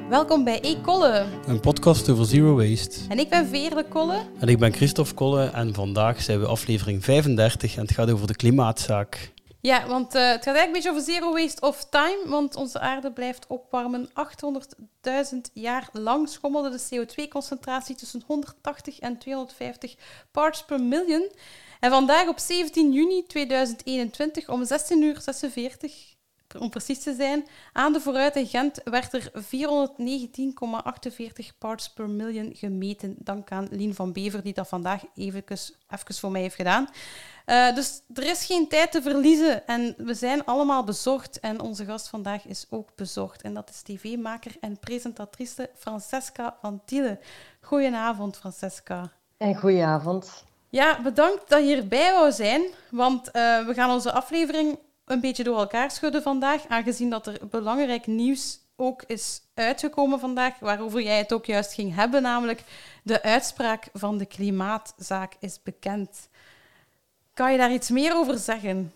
Welkom bij Kolle, een podcast over zero waste. En ik ben Veerle Kolle. En ik ben Christophe Kolle en vandaag zijn we aflevering 35 en het gaat over de klimaatzaak. Ja, want het gaat eigenlijk een beetje over zero waste of time, want onze aarde blijft opwarmen. 800.000 jaar lang schommelde de CO2-concentratie tussen 180 en 250 parts per million. En vandaag op 17 juni 2021 om 16:46 om precies te zijn, aan de Vooruit in Gent werd er 419,48 parts per million gemeten. Dank aan Lien van Bever, die dat vandaag even voor mij heeft gedaan. Dus er is geen tijd te verliezen en we zijn allemaal bezorgd. En onze gast vandaag is ook bezorgd. En dat is tv-maker en presentatrice Francesca van Thiele. Goedenavond, Francesca. En goedenavond. Ja, bedankt dat je hierbij wou zijn, want we gaan onze aflevering een beetje door elkaar schudden vandaag, aangezien dat er belangrijk nieuws ook is uitgekomen vandaag, waarover jij het ook juist ging hebben, namelijk de uitspraak van de klimaatzaak is bekend. Kan je daar iets meer over zeggen?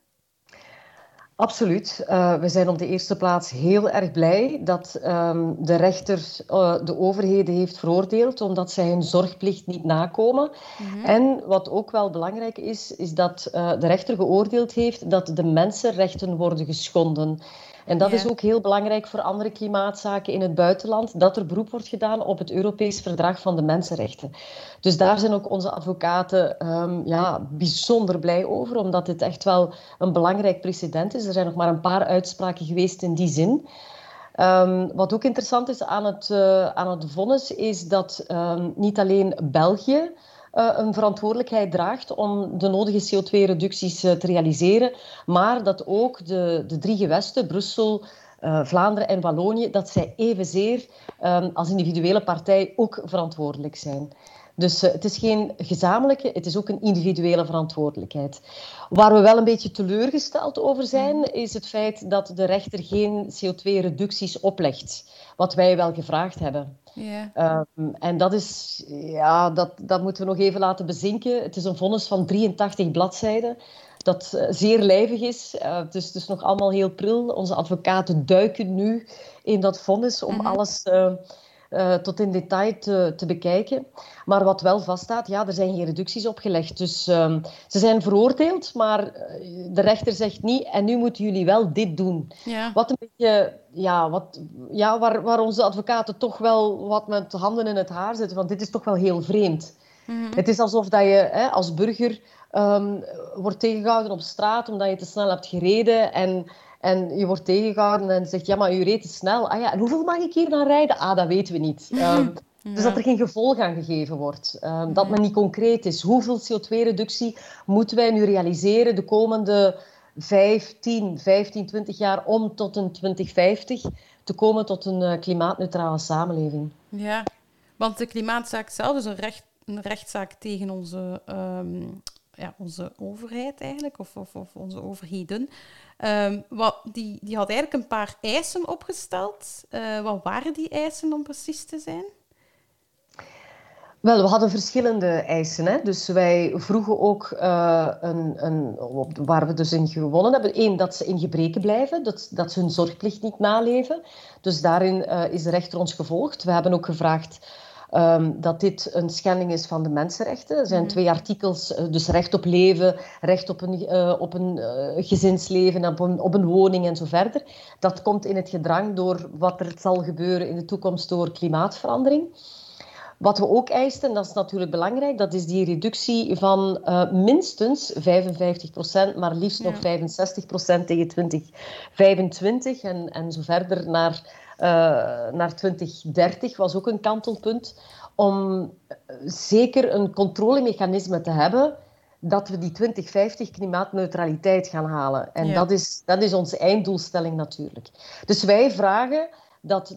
Absoluut. We zijn op de eerste plaats heel erg blij dat de rechter de overheden heeft veroordeeld omdat zij hun zorgplicht niet nakomen. Mm-hmm. En wat ook wel belangrijk is dat de rechter geoordeeld heeft dat de mensenrechten worden geschonden. En dat is ook heel belangrijk voor andere klimaatzaken in het buitenland, dat er beroep wordt gedaan op het Europees Verdrag van de Mensenrechten. Dus daar zijn ook onze advocaten bijzonder blij over, omdat dit echt wel een belangrijk precedent is. Er zijn nog maar een paar uitspraken geweest in die zin. Wat ook interessant is aan het vonnis, is dat niet alleen België een verantwoordelijkheid draagt om de nodige CO2-reducties te realiseren, maar dat ook de drie gewesten, Brussel, Vlaanderen en Wallonië, dat zij evenzeer als individuele partij ook verantwoordelijk zijn. Dus het is geen gezamenlijke, het is ook een individuele verantwoordelijkheid. Waar we wel een beetje teleurgesteld over zijn, is het feit dat de rechter geen CO2-reducties oplegt, wat wij wel gevraagd hebben. Yeah. En dat is, dat moeten we nog even laten bezinken. Het is een vonnis van 83 bladzijden, dat zeer lijvig is. Het is dus nog allemaal heel pril. Onze advocaten duiken nu in dat vonnis om alles tot in detail te bekijken. Maar wat wel vaststaat, er zijn geen reducties opgelegd. Dus ze zijn veroordeeld, maar de rechter zegt niet, en nu moeten jullie wel dit doen. Ja. Wat een beetje, waar onze advocaten toch wel wat met handen in het haar zitten, want dit is toch wel heel vreemd. Mm-hmm. Het is alsof dat je als burger wordt tegengehouden op straat omdat je te snel hebt gereden en je wordt tegengehouden en zegt, ja, maar u reed te snel. Ah ja, en hoeveel mag ik hier dan rijden? Ah, dat weten we niet. Dus dat er geen gevolg aan gegeven wordt. Dat men niet concreet is. Hoeveel CO2-reductie moeten wij nu realiseren de komende 15, 20 jaar om tot een 2050 te komen tot een klimaatneutrale samenleving? Ja, want de klimaatzaak zelf is een rechtszaak tegen onze overheid eigenlijk, of onze overheden. Die had eigenlijk een paar eisen opgesteld. Wat waren die eisen om precies te zijn? Wel, we hadden verschillende eisen. Hè? Dus wij vroegen ook, waar we dus in gewonnen hebben, 1, dat ze in gebreken blijven, dat ze hun zorgplicht niet naleven. Dus daarin is de rechter ons gevolgd. We hebben ook gevraagd dat dit een schending is van de mensenrechten. Er zijn 2 artikels, dus recht op leven, recht op een gezinsleven, op een woning en zo verder. Dat komt in het gedrang door wat er zal gebeuren in de toekomst door klimaatverandering. Wat we ook eisten, en dat is natuurlijk belangrijk, dat is die reductie van minstens 55%, maar liefst nog 65% tegen 2025 en zo verder naar 2030 was ook een kantelpunt, om zeker een controlemechanisme te hebben dat we die 2050 klimaatneutraliteit gaan halen. En dat is onze einddoelstelling natuurlijk. Dus wij vragen dat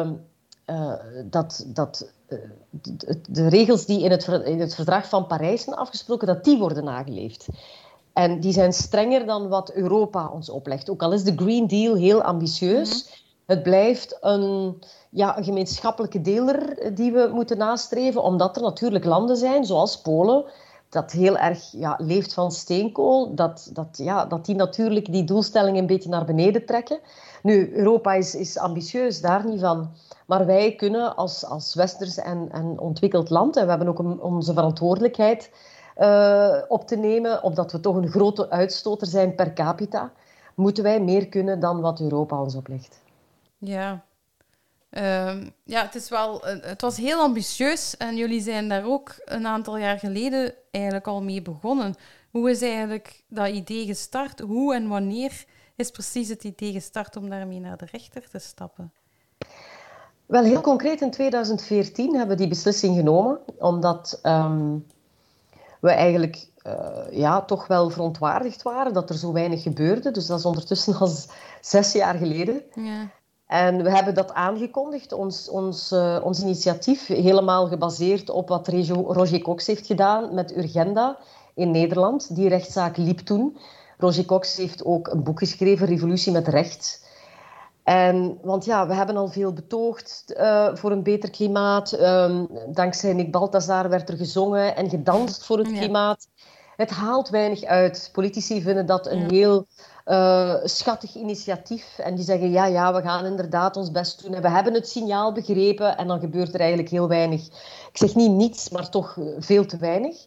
de regels die in het verdrag van Parijs zijn afgesproken, dat die worden nageleefd. En die zijn strenger dan wat Europa ons oplegt. Ook al is de Green Deal heel ambitieus, het blijft een gemeenschappelijke deler die we moeten nastreven, omdat er natuurlijk landen zijn, zoals Polen, dat heel erg leeft van steenkool, dat die natuurlijk die doelstellingen een beetje naar beneden trekken. Nu, Europa is ambitieus, daar niet van. Maar wij kunnen als Westers en ontwikkeld land, en we hebben ook onze verantwoordelijkheid op te nemen, omdat we toch een grote uitstoter zijn per capita, moeten wij meer kunnen dan wat Europa ons oplegt. Ja. Het was heel ambitieus en jullie zijn daar ook een aantal jaar geleden eigenlijk al mee begonnen. Hoe is eigenlijk dat idee gestart? Hoe en wanneer is precies het idee gestart om daarmee naar de rechter te stappen? Wel, heel concreet in 2014 hebben we die beslissing genomen, omdat we eigenlijk toch wel verontwaardigd waren dat er zo weinig gebeurde. Dus dat is ondertussen al 6 jaar geleden. Ja. En we hebben dat aangekondigd, ons initiatief, helemaal gebaseerd op wat Roger Cox heeft gedaan met Urgenda in Nederland. Die rechtszaak liep toen. Roger Cox heeft ook een boek geschreven, Revolutie met Recht. Want we hebben al veel betoogd voor een beter klimaat. Dankzij Nick Balthazar werd er gezongen en gedanst voor het klimaat. Het haalt weinig uit. Politici vinden dat een heel schattig initiatief. En die zeggen, we gaan inderdaad ons best doen. En we hebben het signaal begrepen. En dan gebeurt er eigenlijk heel weinig. Ik zeg niet niets, maar toch veel te weinig.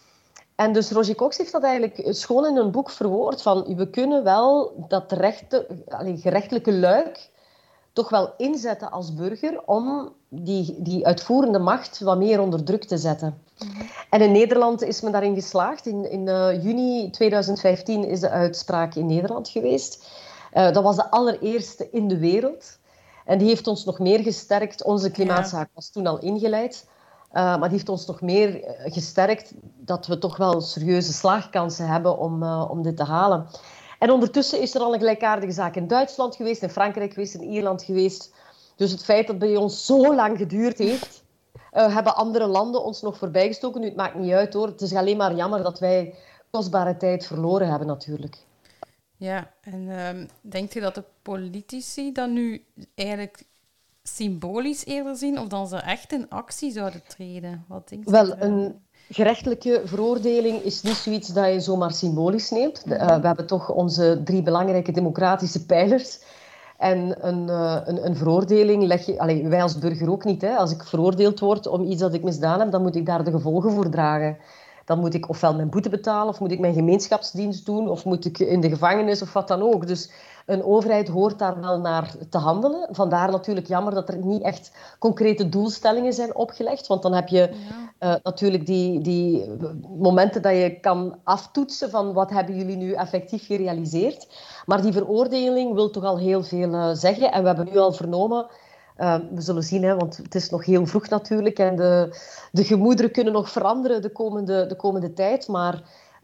En dus Roger Cox heeft dat eigenlijk schoon in een boek verwoord. Van, we kunnen wel dat gerechtelijke luik toch wel inzetten als burger om die uitvoerende macht wat meer onder druk te zetten. Mm-hmm. En in Nederland is men daarin geslaagd. In juni 2015 is de uitspraak in Nederland geweest. Dat was de allereerste in de wereld. En die heeft ons nog meer gesterkt. Onze klimaatzaak was toen al ingeleid. Maar die heeft ons nog meer gesterkt dat we toch wel serieuze slaagkansen hebben om dit te halen. En ondertussen is er al een gelijkaardige zaak in Duitsland geweest, in Frankrijk geweest, in Ierland geweest. Dus het feit dat het bij ons zo lang geduurd heeft, hebben andere landen ons nog voorbijgestoken. Nu, het maakt niet uit hoor. Het is alleen maar jammer dat wij kostbare tijd verloren hebben natuurlijk. Ja, en denkt u dat de politici dan nu eigenlijk symbolisch eerder zien of dan ze echt in actie zouden treden? Wat denkt u? Wel, een gerechtelijke veroordeling is niet zoiets dat je zomaar symbolisch neemt. We hebben toch onze 3 belangrijke democratische pijlers. En een veroordeling leg je... wij als burger ook niet. Hè. Als ik veroordeeld word om iets dat ik misdaan heb, dan moet ik daar de gevolgen voor dragen. Dan moet ik ofwel mijn boete betalen, of moet ik mijn gemeenschapsdienst doen, of moet ik in de gevangenis, of wat dan ook. Dus een overheid hoort daar wel naar te handelen. Vandaar natuurlijk jammer dat er niet echt concrete doelstellingen zijn opgelegd. Want dan heb je natuurlijk die momenten dat je kan aftoetsen van wat hebben jullie nu effectief gerealiseerd. Maar die veroordeling wil toch al heel veel zeggen. En we hebben nu al vernomen... we zullen zien, hè, want het is nog heel vroeg natuurlijk. En de gemoederen kunnen nog veranderen de komende tijd. Maar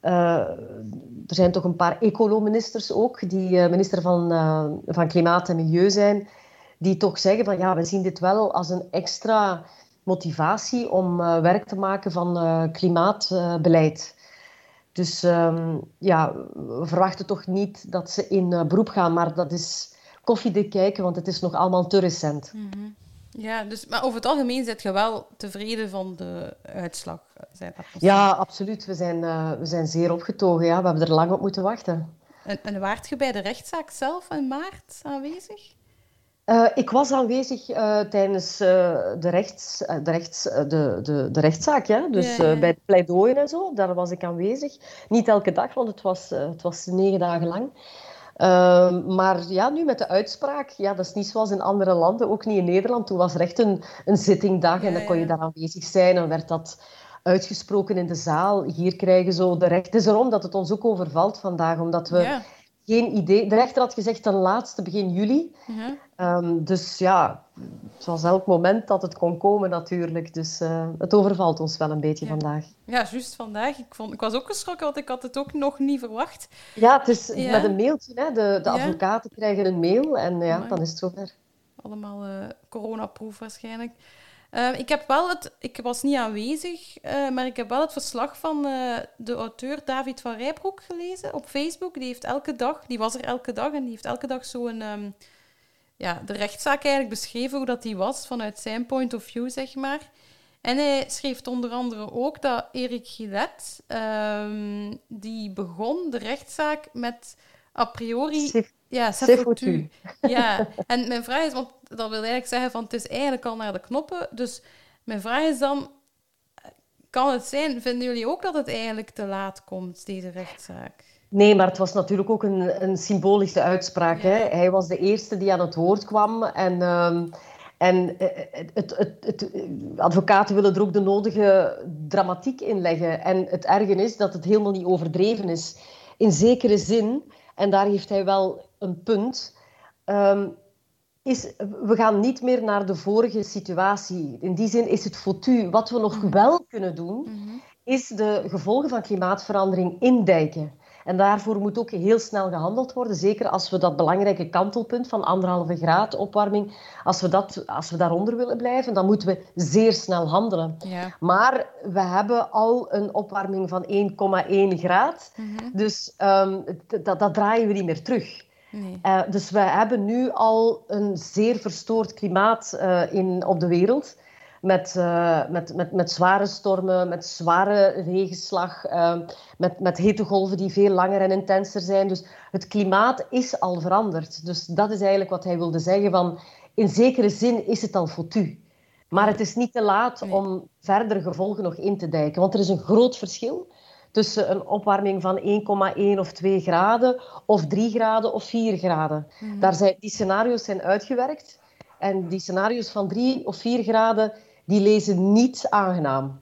er zijn toch een paar ecolo-ministers ook, die minister van Klimaat en Milieu zijn, die toch zeggen van we zien dit wel als een extra motivatie om werk te maken van klimaatbeleid. Dus we verwachten toch niet dat ze in beroep gaan, maar dat is koffiedik kijken, want het is nog allemaal te recent. Mm-hmm. Ja, maar over het algemeen zit je wel tevreden van de uitslag? Ja, absoluut. We zijn zeer opgetogen. Ja. We hebben er lang op moeten wachten. En waart je bij de rechtszaak zelf in maart aanwezig? Ik was aanwezig tijdens de rechtszaak. Ja. Dus bij het pleidooien en zo, daar was ik aanwezig. Niet elke dag, want het was 9 dagen lang. Maar nu met de uitspraak, dat is niet zoals in andere landen, ook niet in Nederland. Toen was er echt een zittingdag en dan kon je daar aanwezig zijn en werd dat uitgesproken in de zaal. Hier krijgen zo de recht. Het is erom dat het ons ook overvalt vandaag, omdat we geen idee... De rechter had gezegd ten laatste begin juli. Dus zoals elk moment dat het kon komen natuurlijk. Dus het overvalt ons wel een beetje vandaag. Ja, juist vandaag. Ik was ook geschrokken, want ik had het ook nog niet verwacht. Ja, het is met een mailtje. Hè. De advocaten krijgen een mail en dan is het zover. Allemaal coronaproof waarschijnlijk. Ik was niet aanwezig, maar ik heb wel het verslag van de auteur David van Rijbroek gelezen op Facebook. Die was er elke dag en die heeft elke dag zo'n... de rechtszaak eigenlijk beschreven hoe dat die was, vanuit zijn point of view, zeg maar. En hij schreef onder andere ook dat Eric Gillet, die begon de rechtszaak met a priori... c'est foutu. Ja, en mijn vraag is, want dat wil eigenlijk zeggen van het is eigenlijk al naar de knoppen. Dus mijn vraag is dan, kan het zijn, vinden jullie ook dat het eigenlijk te laat komt, deze rechtszaak? Nee, maar het was natuurlijk ook een symbolische uitspraak. Ja. Hè? Hij was de eerste die aan het woord kwam. En advocaten willen er ook de nodige dramatiek in leggen. En het erge is dat het helemaal niet overdreven is. In zekere zin, en daar heeft hij wel een punt, we gaan niet meer naar de vorige situatie. In die zin is het foutu. Wat we nog wel kunnen doen, is de gevolgen van klimaatverandering indijken. En daarvoor moet ook heel snel gehandeld worden. Zeker als we dat belangrijke kantelpunt van 1,5 graad opwarming, als we daaronder willen blijven, dan moeten we zeer snel handelen. Ja. Maar we hebben al een opwarming van 1,1 graad. Dus dat draaien we niet meer terug. Nee. Dus we hebben nu al een zeer verstoord klimaat op de wereld. Met zware stormen, met zware regenslag, met hittegolven die veel langer en intenser zijn. Dus het klimaat is al veranderd. Dus dat is eigenlijk wat hij wilde zeggen. Van, in zekere zin is het al foutu. Maar het is niet te laat om verdere gevolgen nog in te dijken. Want er is een groot verschil tussen een opwarming van 1,1 of 2 graden, of 3 graden of 4 graden. Die scenario's zijn uitgewerkt. En die scenario's van 3 of 4 graden, die lezen niet aangenaam.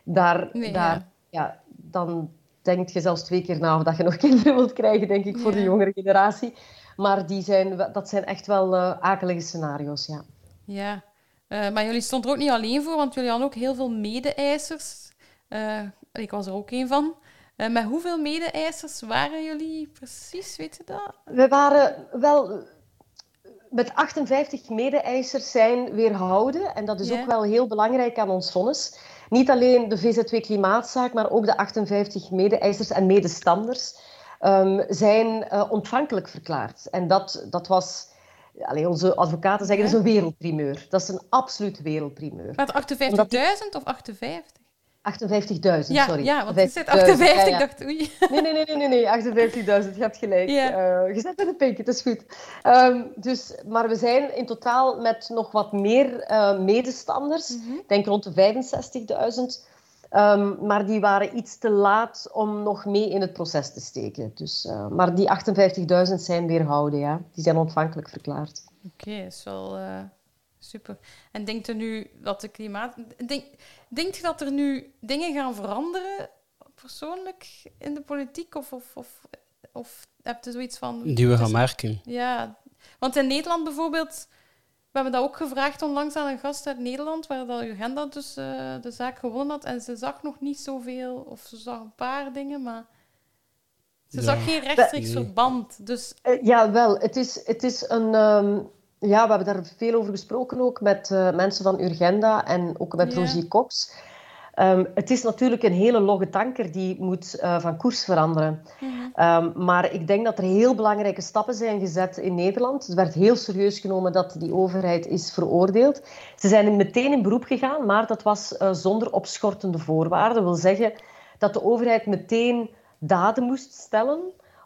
Dan denk je zelfs 2 keer na of dat je nog kinderen wilt krijgen, denk ik, voor de jongere generatie. Maar dat zijn echt wel akelige scenario's, ja. Ja, maar jullie stonden er ook niet alleen voor, want jullie hadden ook heel veel mede-eisers. Ik was er ook een van. Met hoeveel mede-eisers waren jullie precies, weet je dat? We waren wel... Met 58 mede-eisers zijn weerhouden. En dat is ook wel heel belangrijk aan ons vonnis. Niet alleen de VZW-klimaatzaak, maar ook de 58 mede-eisers en medestanders zijn ontvankelijk verklaard. En dat was... onze advocaten zeggen, dat is een wereldprimeur. Dat is een absoluut wereldprimeur. Maar 58.000 of 58? 58.000, sorry. Ja, want je zegt 58, ik dacht oei. Nee, 58.000, je hebt gelijk. Je zet met een pinkje, het is goed. Maar we zijn in totaal met nog wat meer medestanders, ik denk rond de 65.000. Maar die waren iets te laat om nog mee in het proces te steken. Dus, maar die 58.000 zijn weerhouden, ja. Die zijn ontvankelijk verklaard. Oké, dat is wel... Super. En denkt u nu dat de denkt je dat er nu dingen gaan veranderen, persoonlijk, in de politiek? Of heb je zoiets van... Die we gaan merken. Ja. Want in Nederland bijvoorbeeld... We hebben dat ook gevraagd onlangs aan een gast uit Nederland, waar de Urgenda dus de zaak gewonnen had. En ze zag nog niet zoveel, of ze zag een paar dingen, maar... Ze zag geen rechtstreeks verband. Dus... Jawel, het is een... Ja, we hebben daar veel over gesproken ook met mensen van Urgenda en ook met Roger Cox. Het is natuurlijk een hele logge tanker die moet van koers veranderen. Maar ik denk dat er heel belangrijke stappen zijn gezet in Nederland. Het werd heel serieus genomen dat die overheid is veroordeeld. Ze zijn meteen in beroep gegaan, maar dat was zonder opschortende voorwaarden. Dat wil zeggen dat de overheid meteen daden moest stellen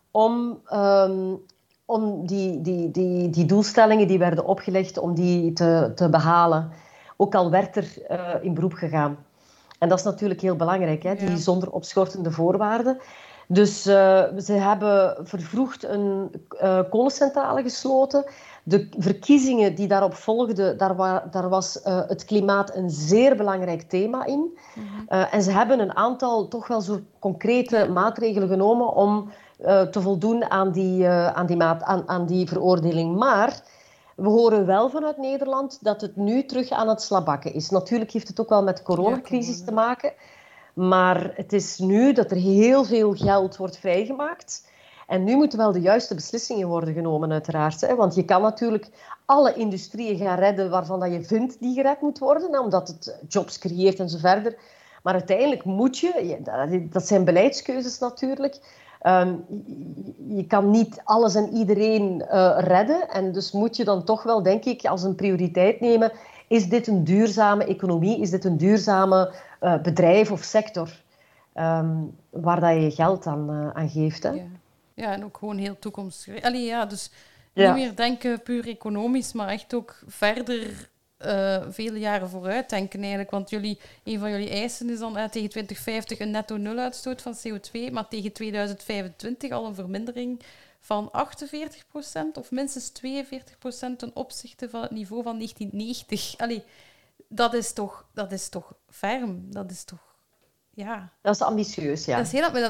om die doelstellingen die werden opgelegd, om die te behalen. Ook al werd er in beroep gegaan. En dat is natuurlijk heel belangrijk, hè? Die zonder opschortende voorwaarden. Dus ze hebben vervroegd een kolencentrale gesloten. De verkiezingen die daarop volgden, daar was het klimaat een zeer belangrijk thema in. En ze hebben een aantal toch wel zo concrete maatregelen genomen om te voldoen aan die veroordeling. Maar we horen wel vanuit Nederland dat het nu terug aan het slabakken is. Natuurlijk heeft het ook wel met de coronacrisis te maken. Maar het is nu dat er heel veel geld wordt vrijgemaakt. En nu moeten wel de juiste beslissingen worden genomen, uiteraard. Hè? Want je kan natuurlijk alle industrieën gaan redden waarvan dat je vindt die gered moet worden, omdat het jobs creëert en zo verder. Maar uiteindelijk moet dat zijn beleidskeuzes natuurlijk. Je kan niet alles en iedereen redden. En dus moet je dan toch wel, denk ik, als een prioriteit nemen is dit een duurzame economie? Is dit een duurzame bedrijf of sector? Waar dat je je geld aan geeft. Hè? Ja. Ja, en ook gewoon heel toekomstgericht. Allee, ja, dus niet Ja. meer denken puur economisch, maar echt ook verder vele jaren vooruit denken eigenlijk. Want een van jullie eisen is dan tegen 2050 een netto nul-uitstoot van CO2, maar tegen 2025 al een vermindering van 48% of minstens 42% ten opzichte van het niveau van 1990. Allee, dat is toch ferm? Dat is toch... Ja. Dat is ambitieus, ja. Dat is heel...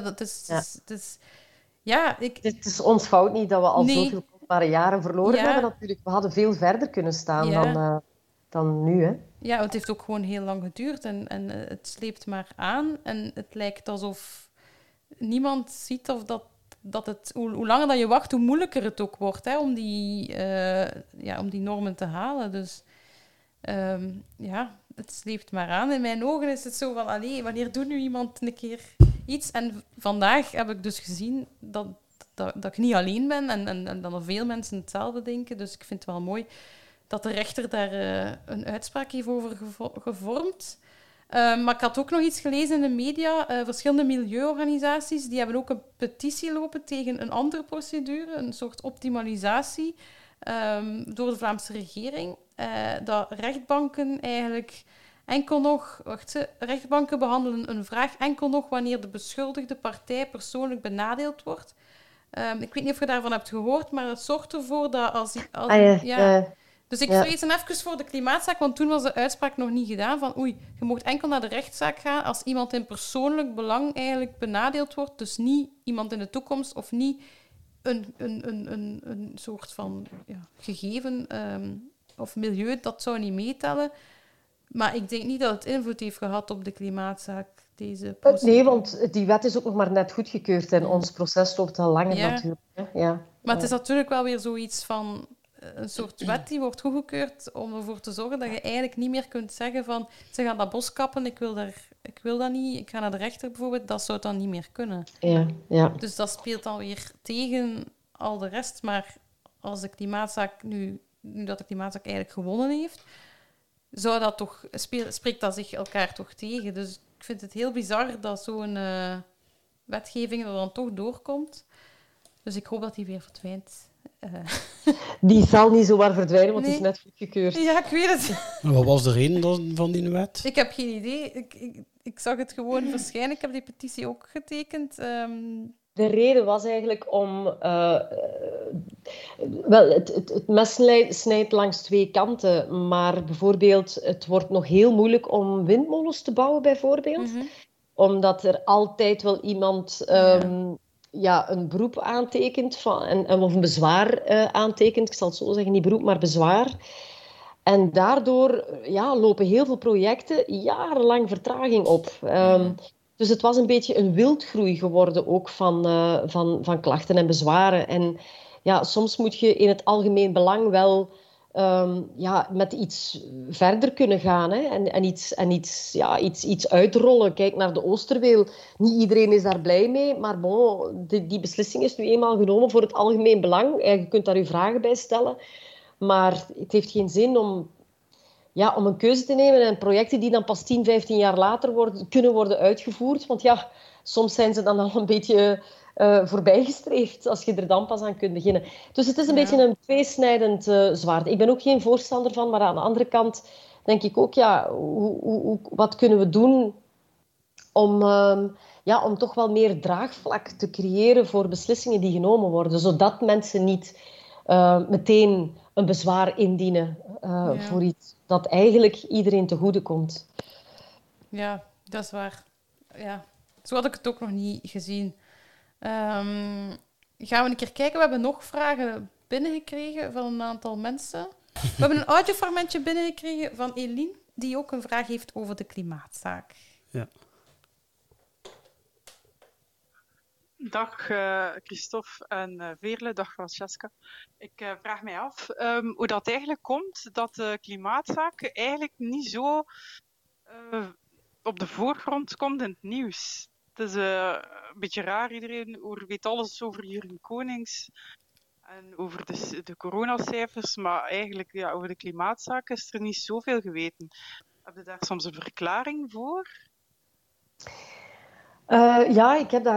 Ja, Het is ons fout niet dat we al zoveel kostbare jaren verloren hebben natuurlijk. We hadden veel verder kunnen staan dan nu, hè. Ja, het heeft ook gewoon heel lang geduurd en het sleept maar aan. En het lijkt alsof niemand ziet of dat het... Hoe langer dat je wacht, hoe moeilijker het ook wordt, hè, om die normen te halen. Dus het sleept maar aan. In mijn ogen is het zo van, wanneer doet nu iemand een keer iets? En vandaag heb ik dus gezien dat ik niet alleen ben en dat er veel mensen hetzelfde denken. Dus ik vind het wel mooi dat de rechter daar een uitspraak heeft over gevormd. Maar ik had ook nog iets gelezen in de media. Verschillende milieuorganisaties die hebben ook een petitie lopen tegen een andere procedure, een soort optimalisatie door de Vlaamse regering. Dat rechtbanken eigenlijk enkel nog... rechtbanken behandelen een vraag enkel nog wanneer de beschuldigde partij persoonlijk benadeeld wordt. Ik weet niet of je daarvan hebt gehoord, maar het zorgt ervoor dat Dus ik vrees dan even voor de klimaatzaak, want toen was de uitspraak nog niet gedaan van je mag enkel naar de rechtszaak gaan als iemand in persoonlijk belang eigenlijk benadeeld wordt, dus niet iemand in de toekomst of niet een soort van gegeven of milieu, dat zou niet meetellen. Maar ik denk niet dat het invloed heeft gehad op de klimaatzaak, deze procedure. Nee, want die wet is ook nog maar net goedgekeurd en ons proces loopt al langer natuurlijk. Hè. Ja. Maar het is natuurlijk wel weer zoiets van een soort wet die wordt goedgekeurd om ervoor te zorgen dat je eigenlijk niet meer kunt zeggen van ze gaan dat bos kappen, ik wil dat niet, ik ga naar de rechter bijvoorbeeld, dat zou dan niet meer kunnen. Ja. Dus dat speelt dan weer tegen al de rest, maar als de klimaatzaak nu dat de klimaatzaak eigenlijk gewonnen heeft, zou dat toch, spreekt dat zich elkaar toch tegen. Dus ik vind het heel bizar dat zo'n wetgeving er dan toch doorkomt. Dus ik hoop dat die weer verdwijnt. Die zal niet zomaar verdwijnen, want die is net goedgekeurd. Ja, ik weet het. Wat was de reden dan van die wet? Ik heb geen idee. Ik zag het gewoon verschijnen. Ik heb die petitie ook getekend. De reden was eigenlijk om... het mes snijdt langs twee kanten, maar bijvoorbeeld het wordt nog heel moeilijk om windmolens te bouwen, bijvoorbeeld. Omdat er altijd wel iemand een beroep aantekent of een bezwaar aantekent. Ik zal het zo zeggen, niet beroep, maar bezwaar. En daardoor lopen heel veel projecten jarenlang vertraging op. Dus het was een beetje een wildgroei geworden ook van klachten en bezwaren. En soms moet je in het algemeen belang wel met iets verder kunnen gaan, hè? En iets uitrollen. Kijk naar de Oosterweel. Niet iedereen is daar blij mee, maar bon, die beslissing is nu eenmaal genomen voor het algemeen belang. Je kunt daar je vragen bij stellen. Maar het heeft geen zin om een keuze te nemen en projecten die dan pas 10, 15 jaar later kunnen worden uitgevoerd. Want soms zijn ze dan al een beetje voorbijgestreefd als je er dan pas aan kunt beginnen. Dus het is een beetje een tweesnijdend zwaard. Ik ben ook geen voorstander van, maar aan de andere kant denk ik ook, wat kunnen we doen om toch wel meer draagvlak te creëren voor beslissingen die genomen worden, zodat mensen niet meteen een bezwaar indienen voor iets dat eigenlijk iedereen te goede komt. Ja, dat is waar. Ja. Zo had ik het ook nog niet gezien. Gaan we een keer kijken. We hebben nog vragen binnengekregen van een aantal mensen. We hebben een audiofragmentje binnengekregen van Eline, die ook een vraag heeft over de klimaatzaak. Ja. Dag Christophe en Veerle, dag Francesca. Ik vraag mij af hoe dat eigenlijk komt dat de klimaatzaak eigenlijk niet zo op de voorgrond komt in het nieuws. Het is een beetje raar, iedereen weet alles over Jurgen Konings En over de coronacijfers, maar eigenlijk over de klimaatzaak is er niet zoveel geweten. Heb je daar soms een verklaring voor? Ja,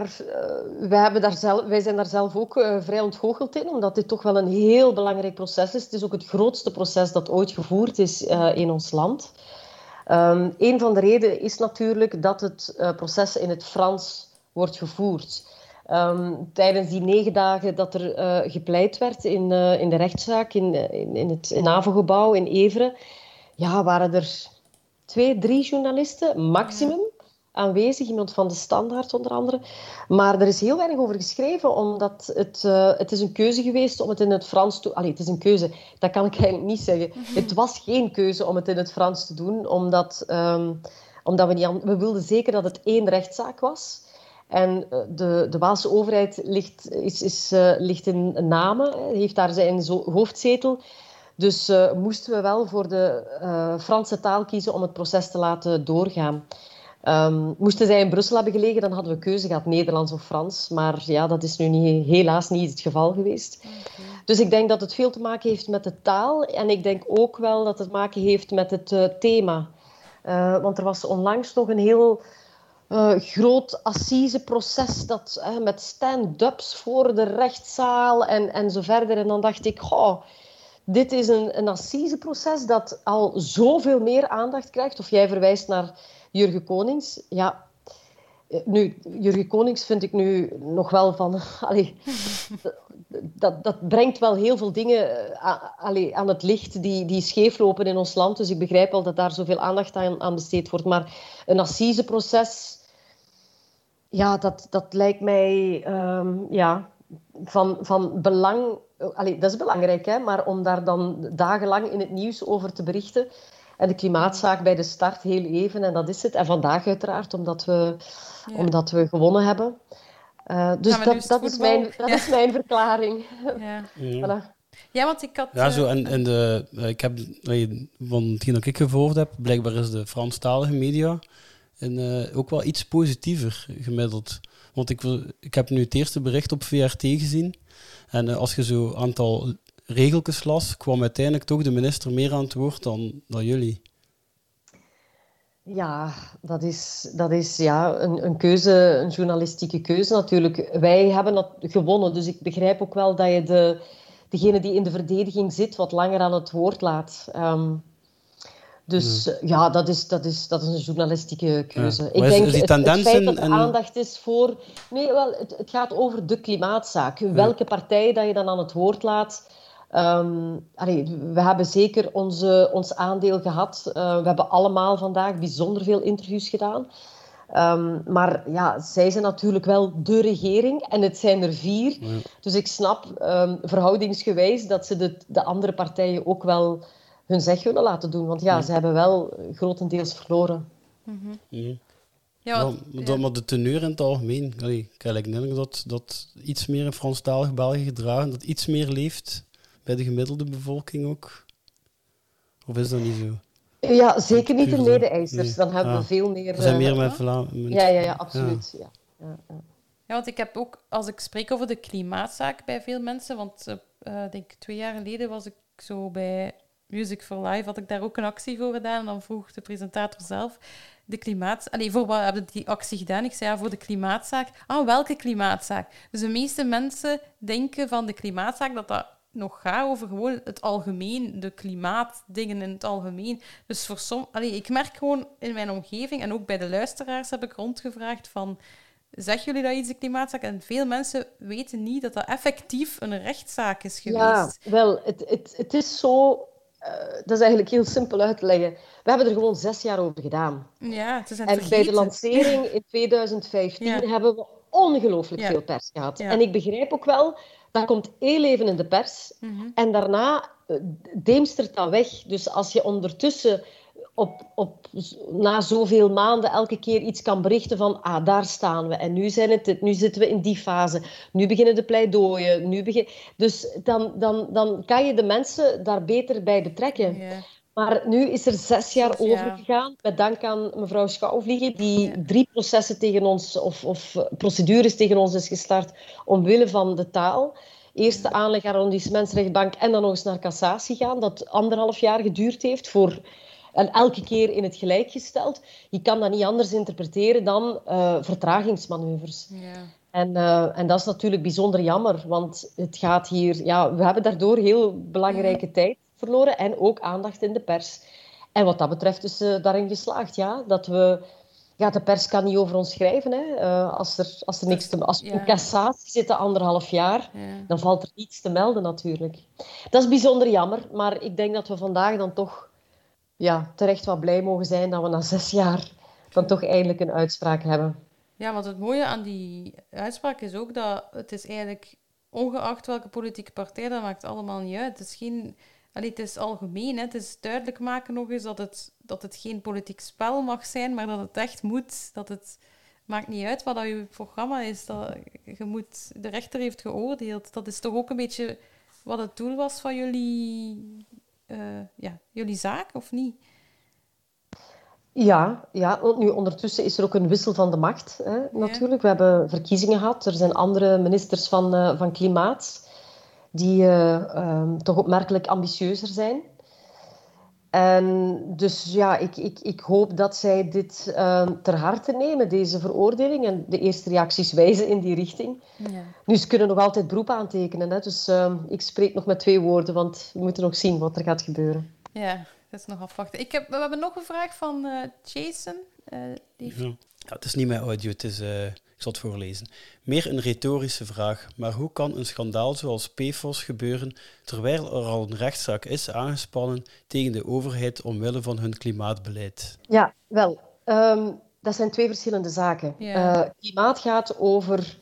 wij zijn daar zelf ook vrij ontgoocheld in, omdat dit toch wel een heel belangrijk proces is. Het is ook het grootste proces dat ooit gevoerd is in ons land. Een van de redenen is natuurlijk dat het proces in het Frans wordt gevoerd. Tijdens die 9 dagen dat er gepleit werd in de rechtszaak in het NAVO-gebouw in Evere, ja, waren er 2, 3 journalisten, maximum, aanwezig. Iemand van de Standaard onder andere. Maar er is heel weinig over geschreven, omdat het is een keuze geweest om het in het Frans te... Allee, het is een keuze, dat kan ik eigenlijk niet zeggen. Het was geen keuze om het in het Frans te doen, omdat we wilden zeker dat het 1 rechtszaak was. En de Waalse overheid ligt in Namen, heeft daar zijn hoofdzetel. Dus moesten we wel voor de Franse taal kiezen om het proces te laten doorgaan. Moesten zij in Brussel hebben gelegen, dan hadden we keuze gehad, Nederlands of Frans. Maar ja, dat is nu helaas niet het geval geweest. Okay. Dus ik denk dat het veel te maken heeft met de taal. En ik denk ook wel dat het te maken heeft met het thema. Want er was onlangs nog een heel groot assiseproces met stand-ups voor de rechtszaal en zo verder. En dan dacht ik, dit is een assiseproces dat al zoveel meer aandacht krijgt. Of jij verwijst naar Jurgen Konings. Ja, nu, Jurgen Konings vind ik nu nog wel van... Dat brengt wel heel veel dingen aan het licht die scheeflopen in ons land. Dus ik begrijp wel dat daar zoveel aandacht aan besteed wordt. Maar een assiseproces... Ja, dat lijkt mij van belang... dat is belangrijk, hè, maar om daar dan dagenlang in het nieuws over te berichten... En de klimaatzaak bij de start heel even, en dat is het. En vandaag uiteraard, omdat we gewonnen hebben. Dus dat is mijn verklaring. Ja. Voilà. Ja, want ik had... Ja, zo, ik heb, van hetgeen dat ik gevolgd heb, blijkbaar is de Franstalige media ook wel iets positiever gemiddeld. Want ik heb nu het eerste bericht op VRT gezien. En als je zo aantal regeltjes las, kwam uiteindelijk toch de minister meer aan het woord dan jullie. Ja, dat is een keuze, een journalistieke keuze natuurlijk. Wij hebben dat gewonnen, dus ik begrijp ook wel dat je degene die in de verdediging zit wat langer aan het woord laat. Dat is een journalistieke keuze. Ja. Ik denk het feit dat er aandacht is voor... Nee, wel, het gaat over de klimaatzaak. Welke partij dat je dan aan het woord laat... we hebben zeker ons aandeel gehad. We hebben allemaal vandaag bijzonder veel interviews gedaan. Maar ja, zij zijn natuurlijk wel de regering en het zijn er 4. Ja. Dus ik snap verhoudingsgewijs dat ze de andere partijen ook wel hun zeg willen laten doen. Want ze hebben wel grotendeels verloren. Mm-hmm. Ja. Maar de teneur in het algemeen, ik heb eigenlijk de indruk dat iets meer in Franstalig België gedragen, dat iets meer leeft bij de gemiddelde bevolking ook. Of is dat niet zo? Ja, zeker niet de mede-eisers. Dan hebben we veel meer... Er zijn meer met Vlamingen. Ja, absoluut. Ja, want ik heb ook, als ik spreek over de klimaatzaak bij veel mensen, want denk 2 jaar geleden was ik zo bij Music for Life, had ik daar ook een actie voor gedaan. En dan vroeg de presentator zelf, voor wat hebben die actie gedaan? Ik zei, voor de klimaatzaak. Welke klimaatzaak? Dus de meeste mensen denken van de klimaatzaak dat nog gaat over gewoon het algemeen, de klimaatdingen in het algemeen. Dus ik merk gewoon in mijn omgeving, en ook bij de luisteraars heb ik rondgevraagd van, zeggen jullie dat iets de klimaatzaak? En veel mensen weten niet dat effectief een rechtszaak is geweest. Ja, wel, het is zo... dat is eigenlijk heel simpel uit te leggen. We hebben er gewoon 6 jaar over gedaan. Ja, het is en bij de lancering in 2015 hebben we ongelooflijk veel pers gehad. Ja. En ik begrijp ook wel, dat komt heel even in de pers. Mm-hmm. En daarna deemstert dat weg. Dus als je ondertussen na zoveel maanden elke keer iets kan berichten van daar staan we en nu zitten we in die fase, nu beginnen de pleidooien, dus dan kan je de mensen daar beter bij betrekken. Yeah. Maar nu is er 6 jaar over gegaan, met dank aan mevrouw Schouwvliegen, die 3 processen tegen ons, of procedures tegen ons is gestart omwille van de taal. Eerst de aanleg arrondissementsrechtbank en dan nog eens naar cassatie gaan, dat 1,5 jaar geduurd heeft en elke keer in het gelijk gesteld. Je kan dat niet anders interpreteren dan vertragingsmanoeuvres. Ja. En dat is natuurlijk bijzonder jammer, want het gaat hier... Ja, we hebben daardoor heel belangrijke tijd verloren en ook aandacht in de pers. En wat dat betreft is daarin geslaagd, ja, dat we... Ja, de pers kan niet over ons schrijven. Hè. Als we in cassatie zitten 1,5 jaar, dan valt er niets te melden natuurlijk. Dat is bijzonder jammer, maar ik denk dat we vandaag dan toch terecht wat blij mogen zijn dat we na 6 jaar dan toch eindelijk een uitspraak hebben. Ja, want het mooie aan die uitspraak is ook dat het is eigenlijk, ongeacht welke politieke partij, dat maakt allemaal niet uit. Het is geen... het is algemeen, hè. Het is duidelijk maken nog eens dat het geen politiek spel mag zijn, maar dat het echt moet. Dat het maakt niet uit wat dat je programma is. De rechter heeft geoordeeld. Dat is toch ook een beetje wat het doel was van jullie zaak, of niet? Ja, want nu ondertussen is er ook een wissel van de macht, hè, natuurlijk. We hebben verkiezingen gehad. Er zijn andere ministers van Klimaat die toch opmerkelijk ambitieuzer zijn. En dus ja, ik hoop dat zij dit ter harte nemen, deze veroordeling. En de eerste reacties wijzen in die richting. Ja. Nu, ze kunnen nog altijd beroep aantekenen. Hè, dus ik spreek nog met 2 woorden, want we moeten nog zien wat er gaat gebeuren. Ja, dat is nog afwachten. We hebben nog een vraag van Jason. Ja, het is niet mijn audio, het is... Ik zal het voorlezen. Meer een retorische vraag, maar hoe kan een schandaal zoals PFOS gebeuren terwijl er al een rechtszaak is aangespannen tegen de overheid omwille van hun klimaatbeleid? Ja, wel, dat zijn 2 verschillende zaken. Ja. Klimaat gaat over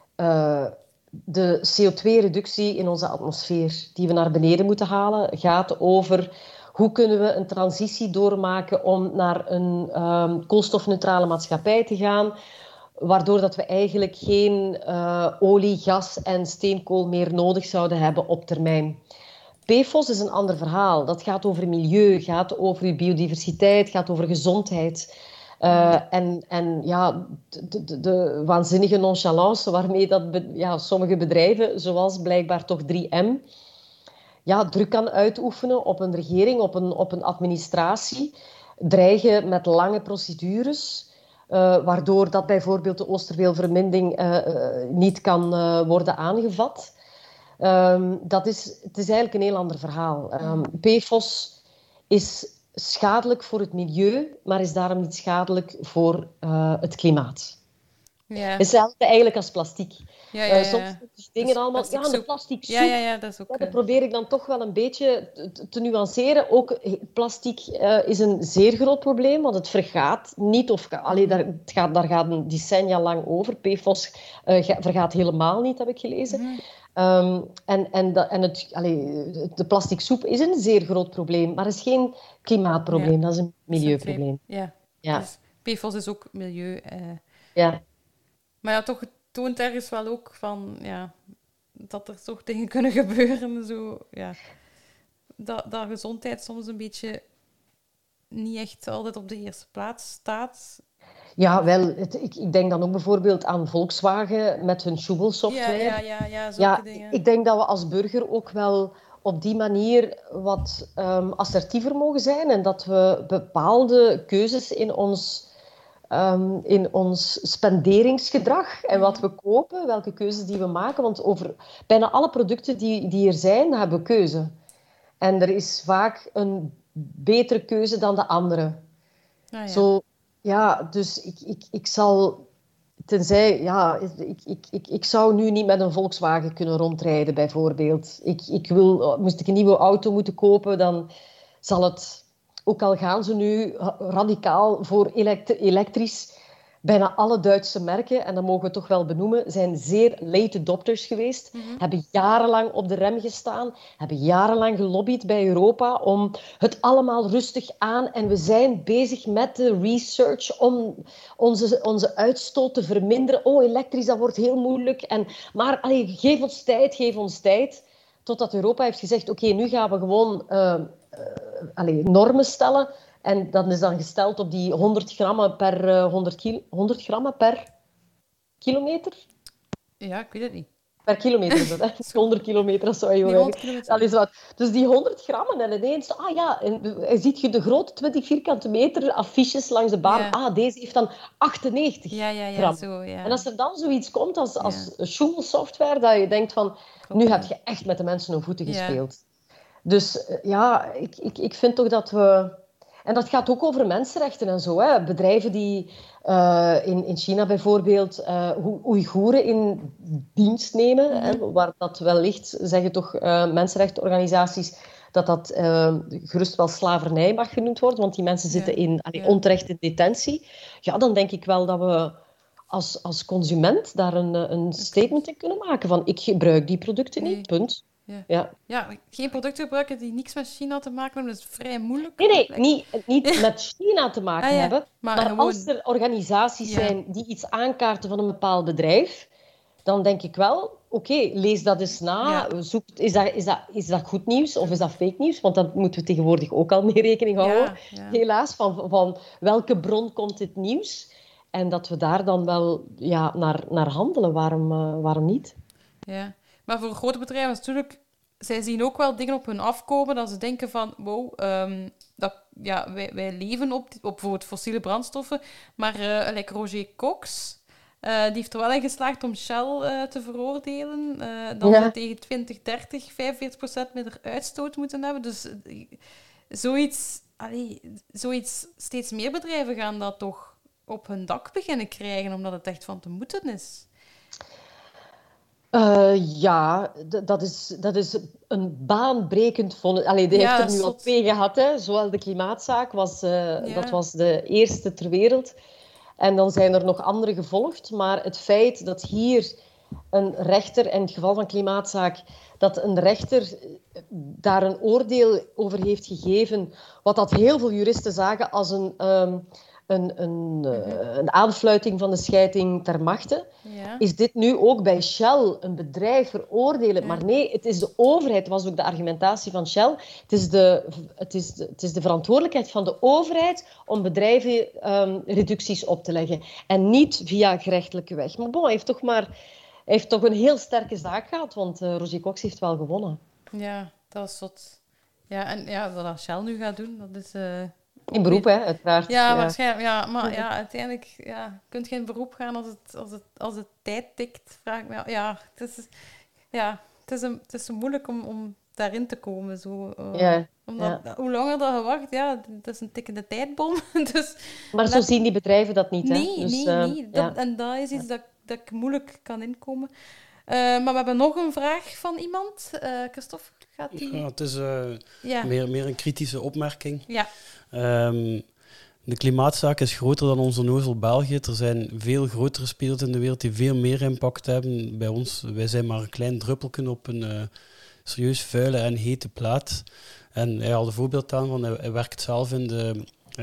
de CO2-reductie in onze atmosfeer die we naar beneden moeten halen. Gaat over hoe kunnen we een transitie doormaken om naar een koolstofneutrale maatschappij te gaan, waardoor dat we eigenlijk geen olie, gas en steenkool meer nodig zouden hebben op termijn. PFOS is een ander verhaal. Dat gaat over milieu, gaat over biodiversiteit, gaat over gezondheid. En ja, de waanzinnige nonchalance waarmee sommige bedrijven, zoals blijkbaar toch 3M, druk kan uitoefenen op een regering, op een administratie, dreigen met lange procedures, waardoor dat bijvoorbeeld de Oosterweelverminding niet kan worden aangevat. Het is eigenlijk een heel ander verhaal. PFOS is schadelijk voor het milieu, maar is daarom niet schadelijk voor het klimaat. Ja. Hetzelfde eigenlijk als plastic. Ja. Soms dingen allemaal... plastic de plastic soep. Ja, dat is ook... Dat probeer ik dan toch wel een beetje te nuanceren. Ook plastic is een zeer groot probleem, want het vergaat niet. Daar gaat een decennia lang over. PFOS vergaat helemaal niet, heb ik gelezen. De plastic soep is een zeer groot probleem, maar is geen klimaatprobleem. Dat is een milieuprobleem. Ja. Dus PFOS is ook milieu. Ja. Maar ja, toch, het toont ergens wel ook van... Ja, dat er toch dingen kunnen gebeuren. Zo, ja. Dat gezondheid soms een beetje niet echt altijd op de eerste plaats staat. Ja, wel. Ik denk dan ook bijvoorbeeld aan Volkswagen met hun Schubel-software. Ja, zulke dingen. Ik denk dat we als burger ook wel op die manier wat assertiever mogen zijn en dat we bepaalde keuzes in ons spenderingsgedrag en wat we kopen, welke keuzes die we maken. Want over bijna alle producten die er zijn, hebben we keuze. En er is vaak een betere keuze dan de andere. Dus ik zal... Tenzij... Ja, ik zou nu niet met een Volkswagen kunnen rondrijden, bijvoorbeeld. Moest ik een nieuwe auto moeten kopen, dan zal het... Ook al gaan ze nu radicaal voor elektrisch, bijna alle Duitse merken, en dat mogen we toch wel benoemen, zijn zeer late adopters geweest. Hebben jarenlang op de rem gestaan, hebben jarenlang gelobbyd bij Europa om het allemaal rustig aan. En we zijn bezig met de research om onze uitstoot te verminderen. Oh, elektrisch, dat wordt heel moeilijk. Maar geef ons tijd. Totdat Europa heeft gezegd, oké, nu gaan we gewoon... normen stellen. En dat is dan gesteld op die 100 grammen per 100 grammen per kilometer. Ja, ik weet het niet. Per kilometer is dat, hè? 100 kilometer, dat zou je Nee, wel 100 zeggen. kilometer. Dat is wat. Dus die 100 grammen en ineens... en ziet je de grote 20 vierkante meter affiches langs de baan. Ja. Deze heeft dan 98 Ja, gram. zo, ja. En als er dan zoiets komt als Schulsoftware, dat je denkt van... Klopt, nu ja. heb je echt met de mensen hun voeten Ja. gespeeld. Dus ik vind toch dat we... En dat gaat ook over mensenrechten en zo. Hè. Bedrijven die in China bijvoorbeeld Oeigoeren in dienst nemen, hè, waar dat wellicht, zeggen toch mensenrechtenorganisaties, dat gerust wel slavernij mag genoemd worden, want die mensen zitten onterecht in detentie. Ja, dan denk ik wel dat we als consument daar een statement in kunnen maken van ik gebruik die producten niet, punt. Ja, geen producten gebruiken die niks met China te maken hebben, dat is vrij moeilijk. Nee, niet met China te maken hebben. Maar gewoon... als er organisaties zijn die iets aankaarten van een bepaald bedrijf, dan denk ik wel, oké, lees dat eens na. Zoek, is dat goed nieuws of is dat fake nieuws? Want daar moeten we tegenwoordig ook al mee rekening houden. Helaas, van welke bron komt dit nieuws? En dat we daar dan wel naar handelen. Waarom niet? Ja, maar voor grote bedrijven is natuurlijk... Zij zien ook wel dingen op hun afkomen dat ze denken van... Wow, wij leven op bijvoorbeeld fossiele brandstoffen. Maar like Roger Cox, die heeft er wel in geslaagd om Shell te veroordelen. Dat ze tegen 2030 45% minder uitstoot moeten hebben. Dus zoiets... Steeds meer bedrijven gaan dat toch op hun dak beginnen krijgen, omdat het echt van te moeten is. Dat is een baanbrekend vonnis. Die heeft er nu al 2 gehad. Hè. Zowel de klimaatzaak, dat was de eerste ter wereld. En dan zijn er nog andere gevolgd. Maar het feit dat hier een rechter, in het geval van klimaatzaak, dat een rechter daar een oordeel over heeft gegeven, wat dat heel veel juristen zagen als een aanfluiting van de scheiding ter machte, is dit nu ook bij Shell, een bedrijf, veroordelen. Maar nee, het is de overheid, dat was ook de argumentatie van Shell, het is de verantwoordelijkheid van de overheid om bedrijven reducties op te leggen. En niet via gerechtelijke weg. Maar hij heeft toch een heel sterke zaak gehad, want Roger Cox heeft wel gewonnen. Ja, dat is zot. Ja, en wat Shell nu gaat doen, dat is... In beroep, hè, uiteraard. Ja, waarschijnlijk. Ja, maar uiteindelijk kun je in beroep gaan als het tijd tikt. Vraag ik me af. Het is zo moeilijk om daarin te komen. Zo. Hoe langer dat je wacht, dat is een tikkende tijdbom. Dus, maar zo zien die bedrijven dat niet. Nee. En dat is iets dat ik moeilijk kan inkomen. Maar we hebben nog een vraag van iemand. Christophe, gaat die... Ja, het is meer een kritische opmerking. Ja. De klimaatzaak is groter dan onze nozel België. Er zijn veel grotere spelers in de wereld die veel meer impact hebben. Bij ons, wij zijn maar een klein druppeltje op een serieus vuile en hete plaat. En hij had een voorbeeld aan van, hij werkt zelf in de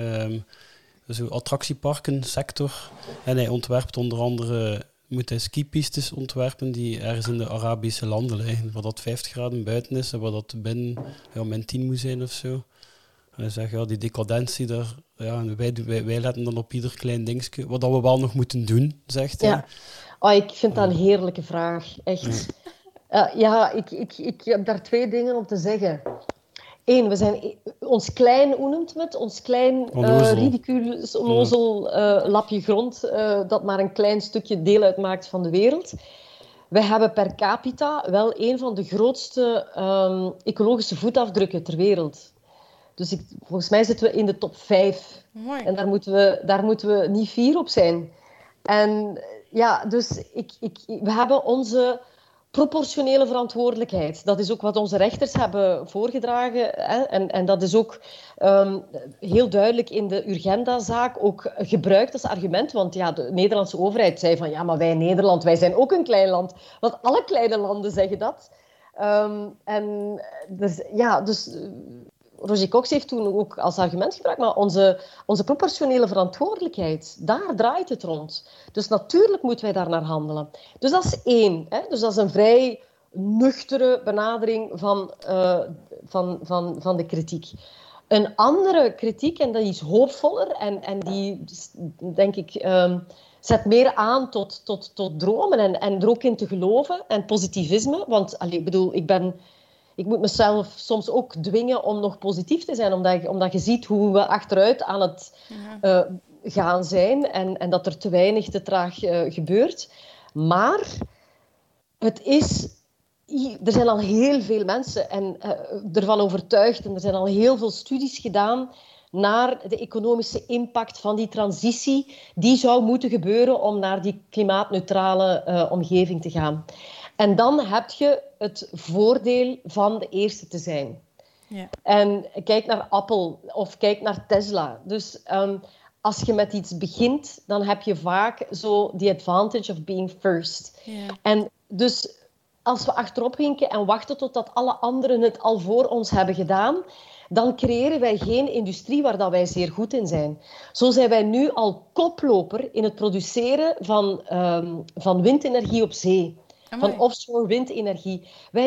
attractieparkensector. En hij ontwerpt onder andere... moet hij skipistes ontwerpen die ergens in de Arabische landen liggen, waar dat 50 graden buiten is en waar dat binnen min 10 moet zijn of zo. En hij zegt, die decadentie daar, wij letten dan op ieder klein dingetje, wat we wel nog moeten doen, zegt hij. Ik vind dat een heerlijke vraag, echt. Ik heb daar 2 dingen om te zeggen. 1, we zijn ons klein, hoe noemt het? Ons klein, ridicules, onnozel lapje grond, dat maar een klein stukje deel uitmaakt van de wereld. Wij hebben per capita wel een van de grootste ecologische voetafdrukken ter wereld. Dus volgens mij zitten we in de top 5. Mooi. En daar moeten we niet fier op zijn. En dus we hebben onze... proportionele verantwoordelijkheid. Dat is ook wat onze rechters hebben voorgedragen. Hè? En dat is ook heel duidelijk in de Urgenda-zaak ook gebruikt als argument. Want de Nederlandse overheid zei van maar wij Nederland, wij zijn ook een klein land. Want alle kleine landen zeggen dat. Dus Roger Cox heeft toen ook als argument gebruikt, maar onze proportionele verantwoordelijkheid, daar draait het rond. Dus natuurlijk moeten wij daar naar handelen. Dus dat is 1. Hè? Dus dat is een vrij nuchtere benadering van de kritiek. Een andere kritiek, en dat is hoopvoller, en die denk ik zet meer aan tot dromen en er ook in te geloven en positivisme. Want ik bedoel, ik moet mezelf soms ook dwingen om nog positief te zijn, omdat je ziet hoe we achteruit aan het gaan zijn en dat er te weinig, te traag gebeurt. Maar er zijn al heel veel mensen ervan overtuigd en er zijn al heel veel studies gedaan naar de economische impact van die transitie die zou moeten gebeuren om naar die klimaatneutrale omgeving te gaan. En dan heb je het voordeel van de eerste te zijn. Ja. En kijk naar Apple of kijk naar Tesla. Dus als je met iets begint, dan heb je vaak zo the advantage of being first. Ja. En dus als we achterop hinken en wachten totdat alle anderen het al voor ons hebben gedaan, dan creëren wij geen industrie waar dat wij zeer goed in zijn. Zo zijn wij nu al koploper in het produceren van windenergie op zee. Amai. Van offshore windenergie. Wij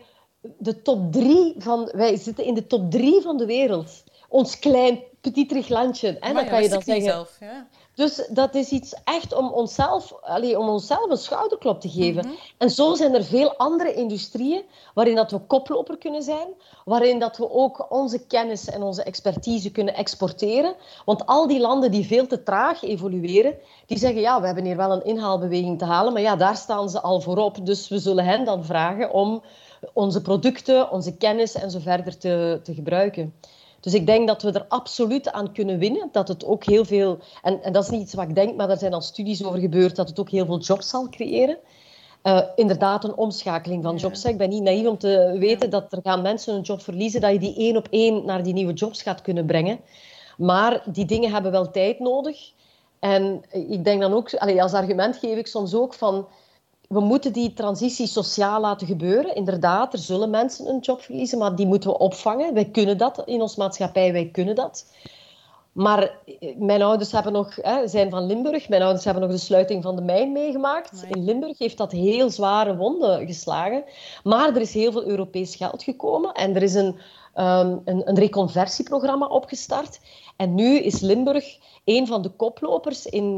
zitten in de top 3 van de wereld. Ons klein, petiterig landje. En dan kan je dan zeggen. Zelf, ja. Dus dat is iets echt om onszelf een schouderklop te geven. Mm-hmm. En zo zijn er veel andere industrieën waarin dat we koploper kunnen zijn, waarin dat we ook onze kennis en onze expertise kunnen exporteren. Want al die landen die veel te traag evolueren, die zeggen, ja, we hebben hier wel een inhaalbeweging te halen, maar ja, daar staan ze al voorop. Dus we zullen hen dan vragen om onze producten, onze kennis en zo verder te gebruiken. Dus ik denk dat we er absoluut aan kunnen winnen. Dat het ook heel veel... En dat is niet iets wat ik denk, maar er zijn al studies over gebeurd dat het ook heel veel jobs zal creëren. Inderdaad, een omschakeling van jobs. Ik ben niet naïef om te weten dat er gaan mensen een job verliezen, dat je die 1 op 1 naar die nieuwe jobs gaat kunnen brengen. Maar die dingen hebben wel tijd nodig. En ik denk dan ook... als argument geef ik soms ook van... We moeten die transitie sociaal laten gebeuren. Inderdaad, er zullen mensen een job verliezen, maar die moeten we opvangen. Wij kunnen dat in onze maatschappij, wij kunnen dat. Maar mijn ouders zijn van Limburg. Mijn ouders hebben nog de sluiting van de mijn meegemaakt. Nee. In Limburg heeft dat heel zware wonden geslagen. Maar er is heel veel Europees geld gekomen en er is een reconversieprogramma opgestart. En nu is Limburg een van de koplopers in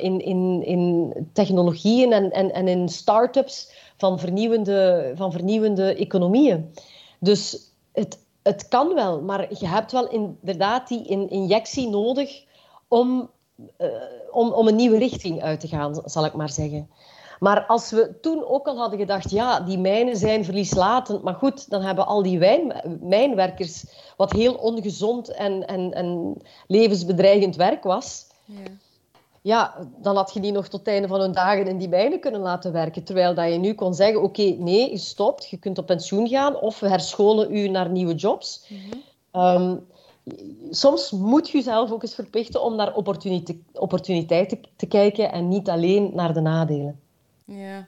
technologieën en in start-ups van vernieuwende economieën. Dus het kan wel, maar je hebt wel inderdaad die injectie nodig om een nieuwe richting uit te gaan, zal ik maar zeggen. Maar als we toen ook al hadden gedacht, ja, die mijnen zijn verlieslatend, maar goed, dan hebben al die mijnwerkers, wat heel ongezond en levensbedreigend werk was, ja, dan had je die nog tot het einde van hun dagen in die mijnen kunnen laten werken. Terwijl dat je nu kon zeggen, oké, nee, je stopt, je kunt op pensioen gaan of we herscholen u naar nieuwe jobs. Mm-hmm. Soms moet je jezelf ook eens verplichten om naar opportuniteiten te kijken en niet alleen naar de nadelen. Ja,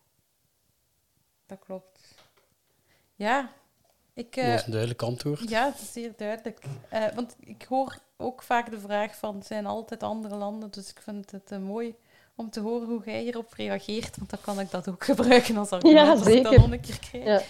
dat klopt. Ja, dat is een duidelijk antwoord. Ja, dat is zeer duidelijk. Want ik hoor ook vaak de vraag van, er zijn altijd andere landen, dus ik vind het mooi om te horen hoe jij hierop reageert, want dan kan ik dat ook gebruiken als argument als ik dat nog een keer krijg.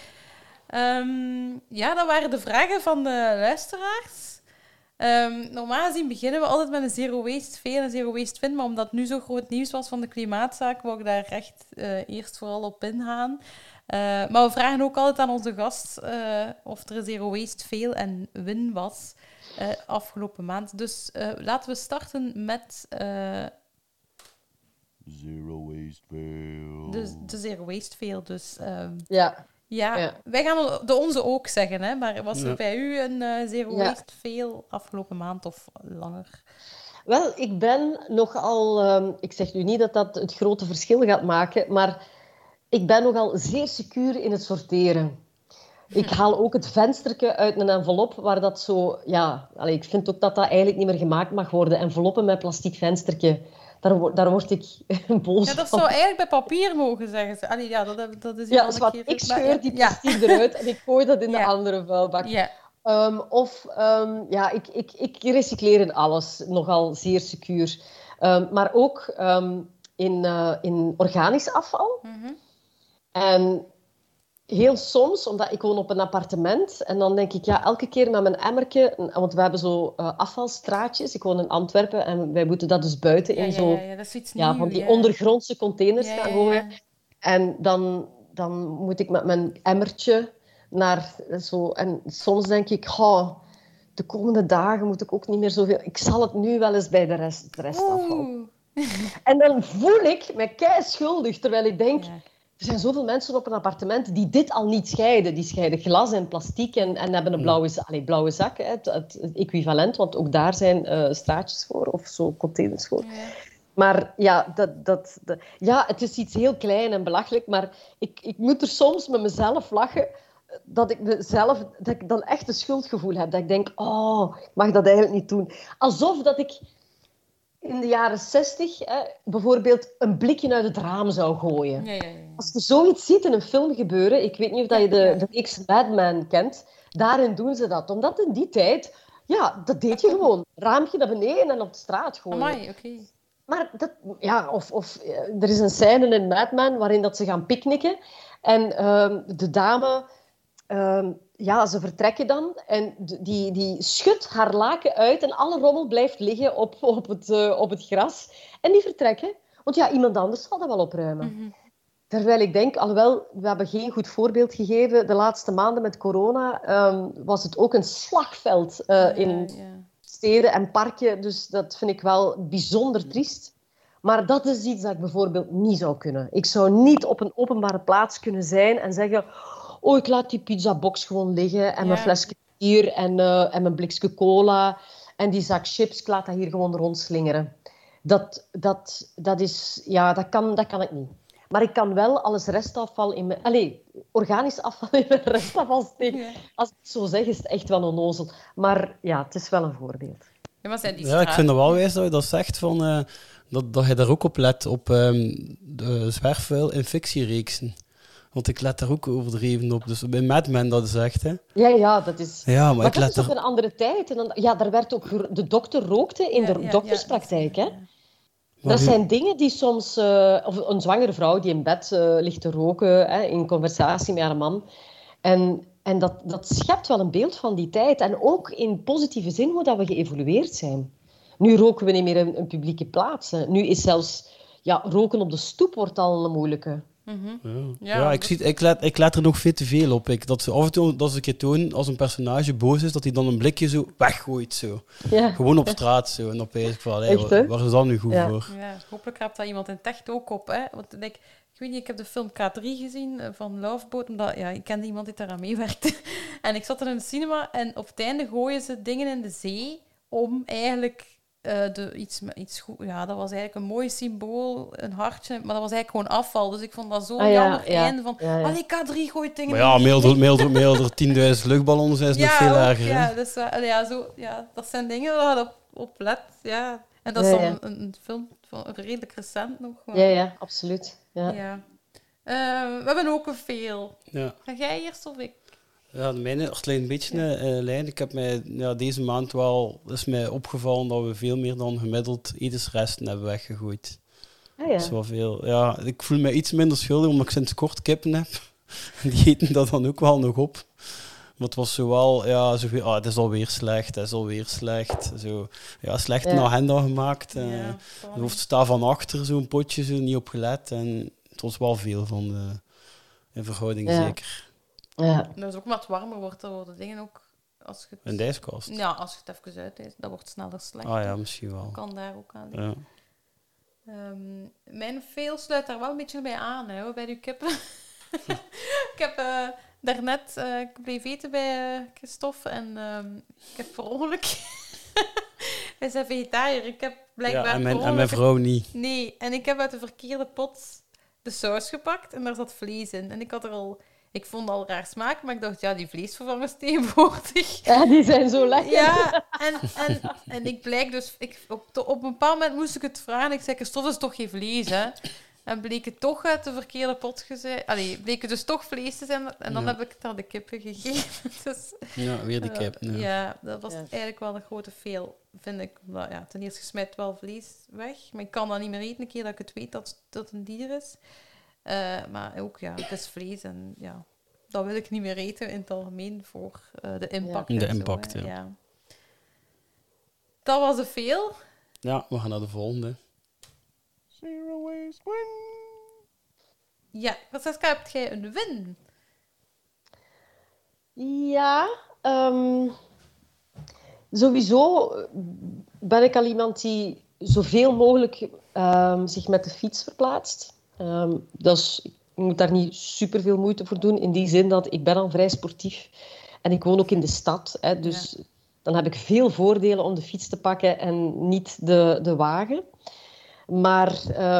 Ja, dat waren de vragen van de luisteraars. Normaal gezien beginnen we altijd met een zero waste veel en zero waste win, maar omdat het nu zo groot nieuws was van de klimaatzaak, wou ik daar echt eerst vooral op ingaan. Maar we vragen ook altijd aan onze gast of er een zero waste veel en win was afgelopen maand. Dus laten we starten met... Zero waste veel. De zero waste veel, dus... Ja, wij gaan de onze ook zeggen, hè? Maar was er bij u een zero waste veel afgelopen maand of langer? Wel, ik ben nogal... ik zeg nu niet dat dat het grote verschil gaat maken, maar ik ben nogal zeer secuur in het sorteren. Ik haal ook het venstertje uit een envelop waar dat zo... Ja, ik vind ook dat dat eigenlijk niet meer gemaakt mag worden. Enveloppen met plastic venstertje. Daar word ik boos van. Ja, dat van. zou eigenlijk bij papier mogen zeggen. Allee, ja, dat is ja, wat ik scheur die plastic eruit en ik gooi dat in de andere vuilbak. Ja. Ik recycleer in alles, nogal zeer secuur. Maar ook in organisch afval. Mm-hmm. En heel soms, omdat ik woon op een appartement, en dan denk ik, ja, elke keer met mijn emmertje, want we hebben zo afvalstraatjes. Ik woon in Antwerpen en wij moeten dat dus buiten in zo dat is iets van nieuws. die ondergrondse containers Ja, gaan ja, gooien. ja. En dan moet ik met mijn emmertje naar zo... En soms denk ik, de komende dagen moet ik ook niet meer zoveel... Ik zal het nu wel eens bij de rest afvallen. En dan voel ik me kei schuldig, terwijl ik denk... Ja. Er zijn zoveel mensen op een appartement die dit al niet scheiden. Die scheiden glas en plastic en hebben een blauwe zak, hè, het equivalent, want ook daar zijn straatjes voor, of zo containers voor. Ja. Maar ja, het is iets heel klein en belachelijk, maar ik moet er soms met mezelf lachen dat ik dan echt een schuldgevoel heb. Dat ik denk, ik mag dat eigenlijk niet doen. Alsof dat ik in de jaren 60 bijvoorbeeld een blikje uit het raam zou gooien. Ja. Als je zoiets ziet in een film gebeuren, ik weet niet of je de reeks Mad Men kent, daarin doen ze dat. Omdat in die tijd, dat deed je gewoon. Raampje naar beneden en op de straat gooien. Amai, oké. Maar er is een scène in Mad Men waarin dat ze gaan picknicken. En de dame... ze vertrekken dan en die schudt haar laken uit en alle rommel blijft liggen op het gras. En die vertrekken, want iemand anders zal dat wel opruimen. Mm-hmm. Terwijl ik denk, alhoewel, we hebben geen goed voorbeeld gegeven, de laatste maanden met corona was het ook een slagveld in steden en parken. Dus dat vind ik wel bijzonder triest. Maar dat is iets dat ik bijvoorbeeld niet zou kunnen. Ik zou niet op een openbare plaats kunnen zijn en zeggen... ik laat die pizzabox gewoon liggen en mijn flesje bier en mijn blikje cola en die zak chips, ik laat dat hier gewoon rondslingeren. Dat is... Ja, dat kan ik niet. Maar ik kan wel alles restafval in mijn... organisch afval in mijn restafval steken. Ja. Als ik het zo zeg, is het echt wel onnozel. Maar ja, het is wel een voorbeeld. Ja, maar zijn die ik vind het wel wijs dat je dat zegt, van, dat je daar ook op let, op de zwerfvuil-infectiereeksen. Want ik let daar ook overdreven op. Dus bij Mad Men, dat is echt, hè. Ja, dat is... Ja, maar ik dat let is ook een andere tijd. En dan, daar werd ook... De dokter rookte in de dokterspraktijk, hè. Dat zijn dingen die soms... of een zwangere vrouw die in bed ligt te roken, in conversatie met haar man. En dat schept wel een beeld van die tijd. En ook in positieve zin hoe dat we geëvolueerd zijn. Nu roken we niet meer in publieke plaatsen. Nu is zelfs... roken op de stoep wordt al een moeilijke. Mm-hmm. Ik let er nog veel te veel op. Dat ze af en toe dat ze een keer tonen, als een personage boos is, dat hij dan een blikje zo weggooit. Zo. Ja. Gewoon op straat. Zo. En dan weet ik van, waar is dat nu goed voor? Ja, hopelijk hebt dat iemand in het echt ook op. Hè? Want ik weet niet, ik heb de film K3 gezien van Loveboat, omdat ik kende iemand die daaraan meewerkte. En ik zat er in de cinema en op het einde gooien ze dingen in de zee om eigenlijk... iets goed. Ja, dat was eigenlijk een mooi symbool, een hartje, maar dat was eigenlijk gewoon afval. Dus ik vond dat zo jammer einde van... Allee, K3 gooit dingen... Maar meer dan 10.000 luchtballonnen zijn nog veel erger. Ja, dus, dat zijn dingen waar je op let. Ja. En dat is dan een film van redelijk recent nog. Maar... Ja, absoluut. Ja. We hebben ook een veel. Ja. Ga jij eerst of ik? Ja, de mijne is een beetje lijn. Ik heb mij deze maand is mij opgevallen dat we veel meer dan gemiddeld etensresten hebben weggegooid. Ah, ja. Dat is wel veel. Ja, ik voel me iets minder schuldig omdat ik sinds kort kippen heb. Die eten dat dan ook wel nog op. Maar het was zowel, het is alweer slecht. Zo, slechte agenda gemaakt. De hoofdstaan van achter, zo'n potje, zo niet op gelet. En het was wel veel in verhouding, zeker. Ja. Dus ook wat warmer wordt, worden dingen ook... Als je in de ijskast? Ja, als je het even uitijst, dat wordt sneller slecht. Ah ja, misschien wel. Dat kan daar ook aan liggen. Ja. Mijn veel sluit daar wel een beetje bij aan, hè, bij die kippen. Ik heb daarnet... ik bleef eten bij Christophe en ik heb per ongeluk... Wij zijn vegetariër. Ik heb blijkbaar en mijn vrouw niet. Nee, en ik heb uit de verkeerde pot de saus gepakt en daar zat vlees in. En ik vond al raar smaak, maar ik dacht, die vleesvervangers tegenwoordig. Ja, die zijn zo lekker. Ja, en ik blijk dus... op een bepaald moment moest ik het vragen. Ik zei, Christophe, is toch geen vlees, hè? En bleek het toch uit de verkeerde pot gezet. Bleek het dus toch vlees te zijn. En dan heb ik het aan de kippen gegeven. Dus, weer die kip. Ja, dat was eigenlijk wel een grote veel, vind ik. Omdat, ten eerste smijt wel vlees weg. Maar ik kan dat niet meer eten, een keer dat ik het weet dat het een dier is. Maar ook, het is vlees en dat wil ik niet meer eten in het algemeen voor de impact. Ja. De en impact, zo, hè. ja. Dat was er veel. Ja, we gaan naar de volgende. Zero waste win. Ja, Francesca, heb jij een win? Ja, sowieso ben ik al iemand die zoveel mogelijk zich met de fiets verplaatst. Dus ik moet daar niet superveel moeite voor doen, in die zin dat ik ben al vrij sportief. En ik woon ook in de stad, hè, dus dan heb ik veel voordelen om de fiets te pakken en niet de wagen. Maar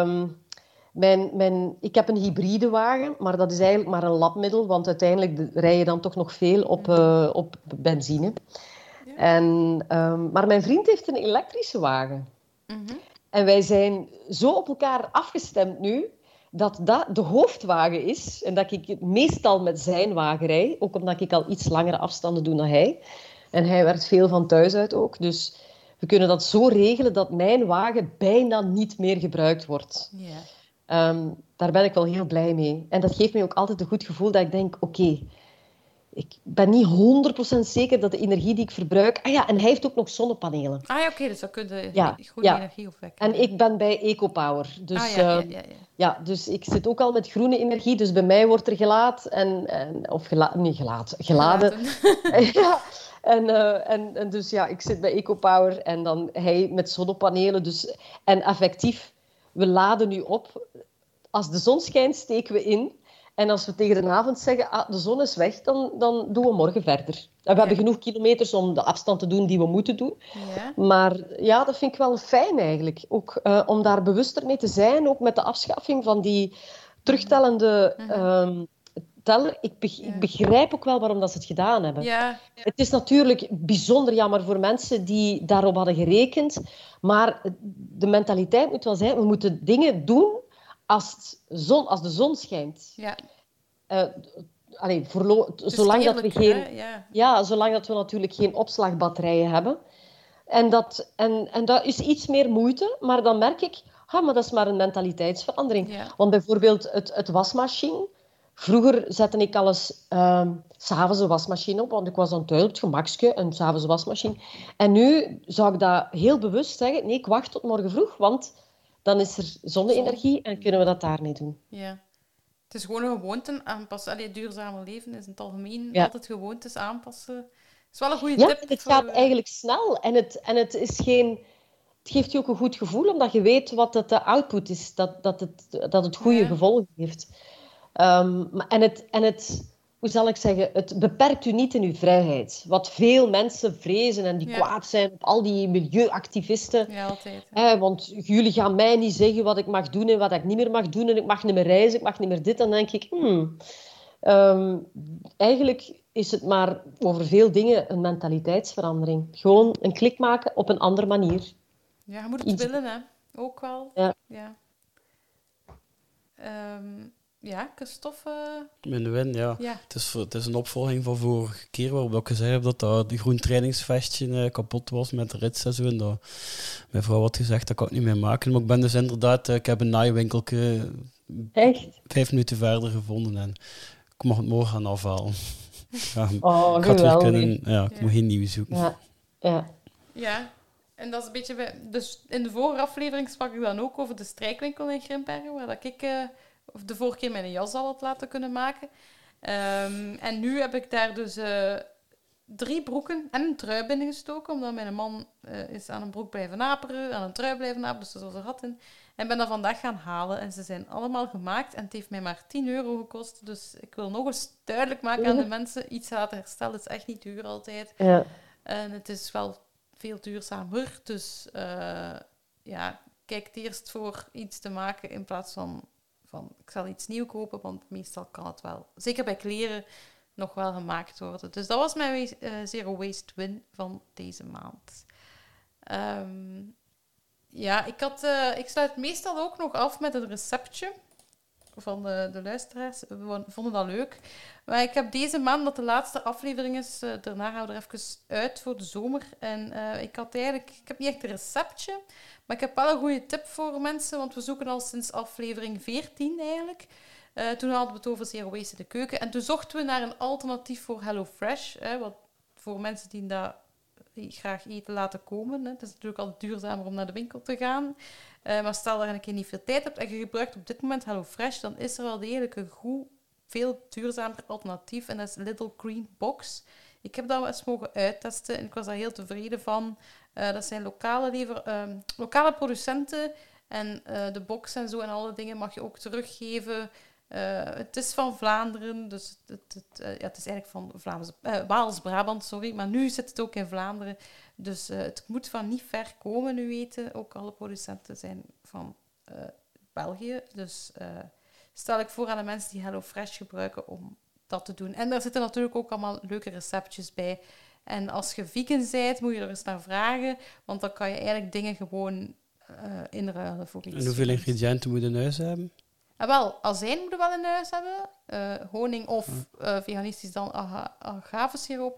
ik heb een hybride wagen, maar dat is eigenlijk maar een labmiddel, want uiteindelijk rij je dan toch nog veel op benzine. Ja. Maar mijn vriend heeft een elektrische wagen. Mhm. En wij zijn zo op elkaar afgestemd nu, dat de hoofdwagen is. En dat ik meestal met zijn wagen rijd, ook omdat ik al iets langere afstanden doe dan hij. En hij werkt veel van thuis uit ook. Dus we kunnen dat zo regelen dat mijn wagen bijna niet meer gebruikt wordt. Ja. Daar ben ik wel heel blij mee. En dat geeft mij ook altijd een goed gevoel dat ik denk, oké, ik ben niet 100% zeker dat de energie die ik verbruik... Ah ja, en hij heeft ook nog zonnepanelen. Ah ja, oké, dus dan kun je Ja, goede ja. energie opwekken. En ik ben bij EcoPower. Dus, ja. ja, dus ik zit ook al met groene energie. Dus bij mij wordt er geladen. Ja. En dus ja, ik zit bij EcoPower en dan hij met zonnepanelen. Dus, en effectief, we laden nu op. Als de zon schijnt, steken we in. En als we tegen de avond zeggen, de zon is weg, dan doen we morgen verder. En we hebben genoeg kilometers om de afstand te doen die we moeten doen. Ja. Maar ja, dat vind ik wel fijn eigenlijk. Ook om daar bewuster mee te zijn, ook met de afschaffing van die terugtellende teller. Ik begrijp ook wel waarom dat ze het gedaan hebben. Ja. Het is natuurlijk bijzonder jammer voor mensen die daarop hadden gerekend. Maar de mentaliteit moet wel zijn, we moeten dingen doen als de zon schijnt. Ja. Zolang dat we geen... Hè? Ja, zolang dat we natuurlijk geen opslagbatterijen hebben. En dat is iets meer moeite, maar dan merk ik, maar dat is maar een mentaliteitsverandering. Ja. Want bijvoorbeeld het wasmachine. Vroeger zette ik alles 's avonds een wasmachine op, want ik was dan thuis op het gemakske en 's avonds een wasmachine. En nu zou ik dat heel bewust zeggen, nee, ik wacht tot morgen vroeg, want dan is er zonne-energie en kunnen we dat daarmee doen. Ja. Het is gewoon een gewoonte aanpassen. Allee, duurzame leven is in het algemeen altijd gewoontes aanpassen. Dat is wel een goede tip. Ja, het gaat eigenlijk snel. En het is geen... Het geeft je ook een goed gevoel, omdat je weet wat de output is. Dat het goede gevolgen heeft. Hoe zal ik zeggen? Het beperkt u niet in uw vrijheid. Wat veel mensen vrezen en die kwaad zijn op al die milieuactivisten. Ja, altijd. Want jullie gaan mij niet zeggen wat ik mag doen en wat ik niet meer mag doen. En ik mag niet meer reizen, ik mag niet meer dit. Dan denk ik... eigenlijk is het maar over veel dingen een mentaliteitsverandering. Gewoon een klik maken op een andere manier. Ja, je moet het willen, hè. Ook wel. Ja. Christophe... Mijn win, ja. Het is een opvolging van vorige keer, waarop ik gezegd heb dat die groen trainingsvestje kapot was met de rits en zo. En dat mijn vrouw had gezegd, dat kan ik niet meer maken. Maar ik ben dus inderdaad, ik heb een naaimwinkeltje 5 minuten verder gevonden en ik mag het morgen gaan afhalen. Ik had weer kunnen, ik moet geen nieuwe zoeken. Ja, en dat is een beetje... Dus in de vorige aflevering sprak ik dan ook over de strijkwinkel in Grimbergen, waar dat ik de vorige keer mijn jas al had laten kunnen maken. En nu heb ik daar dus 3 broeken en een trui binnengestoken, omdat mijn man is aan een broek blijven naperen, aan een trui blijven naperen, dus er was een gat in. En ben dat vandaag gaan halen en ze zijn allemaal gemaakt en het heeft mij maar €10 gekost. Dus ik wil nog eens duidelijk maken aan de mensen, iets laten herstellen is echt niet duur altijd. Ja. En het is wel veel duurzamer. Dus kijk het eerst voor iets te maken in plaats van ik zal iets nieuw kopen, want meestal kan het wel, zeker bij kleren, nog wel gemaakt worden. Dus dat was mijn Zero Waste Win van deze maand. Ik sluit meestal ook nog af met een receptje. de luisteraars. We vonden dat leuk. Maar ik heb deze maand, dat de laatste aflevering is, daarna gaan we er even uit voor de zomer. En ik heb niet echt een receptje, maar ik heb wel een goede tip voor mensen, want we zoeken al sinds aflevering 14 eigenlijk. Toen hadden we het over Zero Waste in de keuken. En toen zochten we naar een alternatief voor HelloFresh. Wat voor mensen die dat graag eten laten komen. Het is natuurlijk altijd duurzamer om naar de winkel te gaan. Maar stel dat je een keer niet veel tijd hebt en je gebruikt op dit moment HelloFresh, dan is er wel degelijk een goed, veel duurzamer alternatief. En dat is Little Green Box. Ik heb dat wel eens mogen uittesten en ik was daar heel tevreden van. Dat zijn lokale producenten. En de box en zo en alle dingen mag je ook teruggeven. Het is van Vlaanderen, dus het is eigenlijk van Waals-Brabant, sorry. Maar nu zit het ook in Vlaanderen. Dus het moet van niet ver komen, nu weten. Ook alle producenten zijn van België. Dus stel ik voor aan de mensen die HelloFresh gebruiken om dat te doen. En daar zitten natuurlijk ook allemaal leuke receptjes bij. En als je vegan bent, moet je er eens naar vragen. Want dan kan je eigenlijk dingen gewoon inruilen voor iets. En hoeveel ingrediënten moet je in huis hebben? Wel, azijn moeten we wel in huis hebben. Honing of veganistisch dan agavesiroop.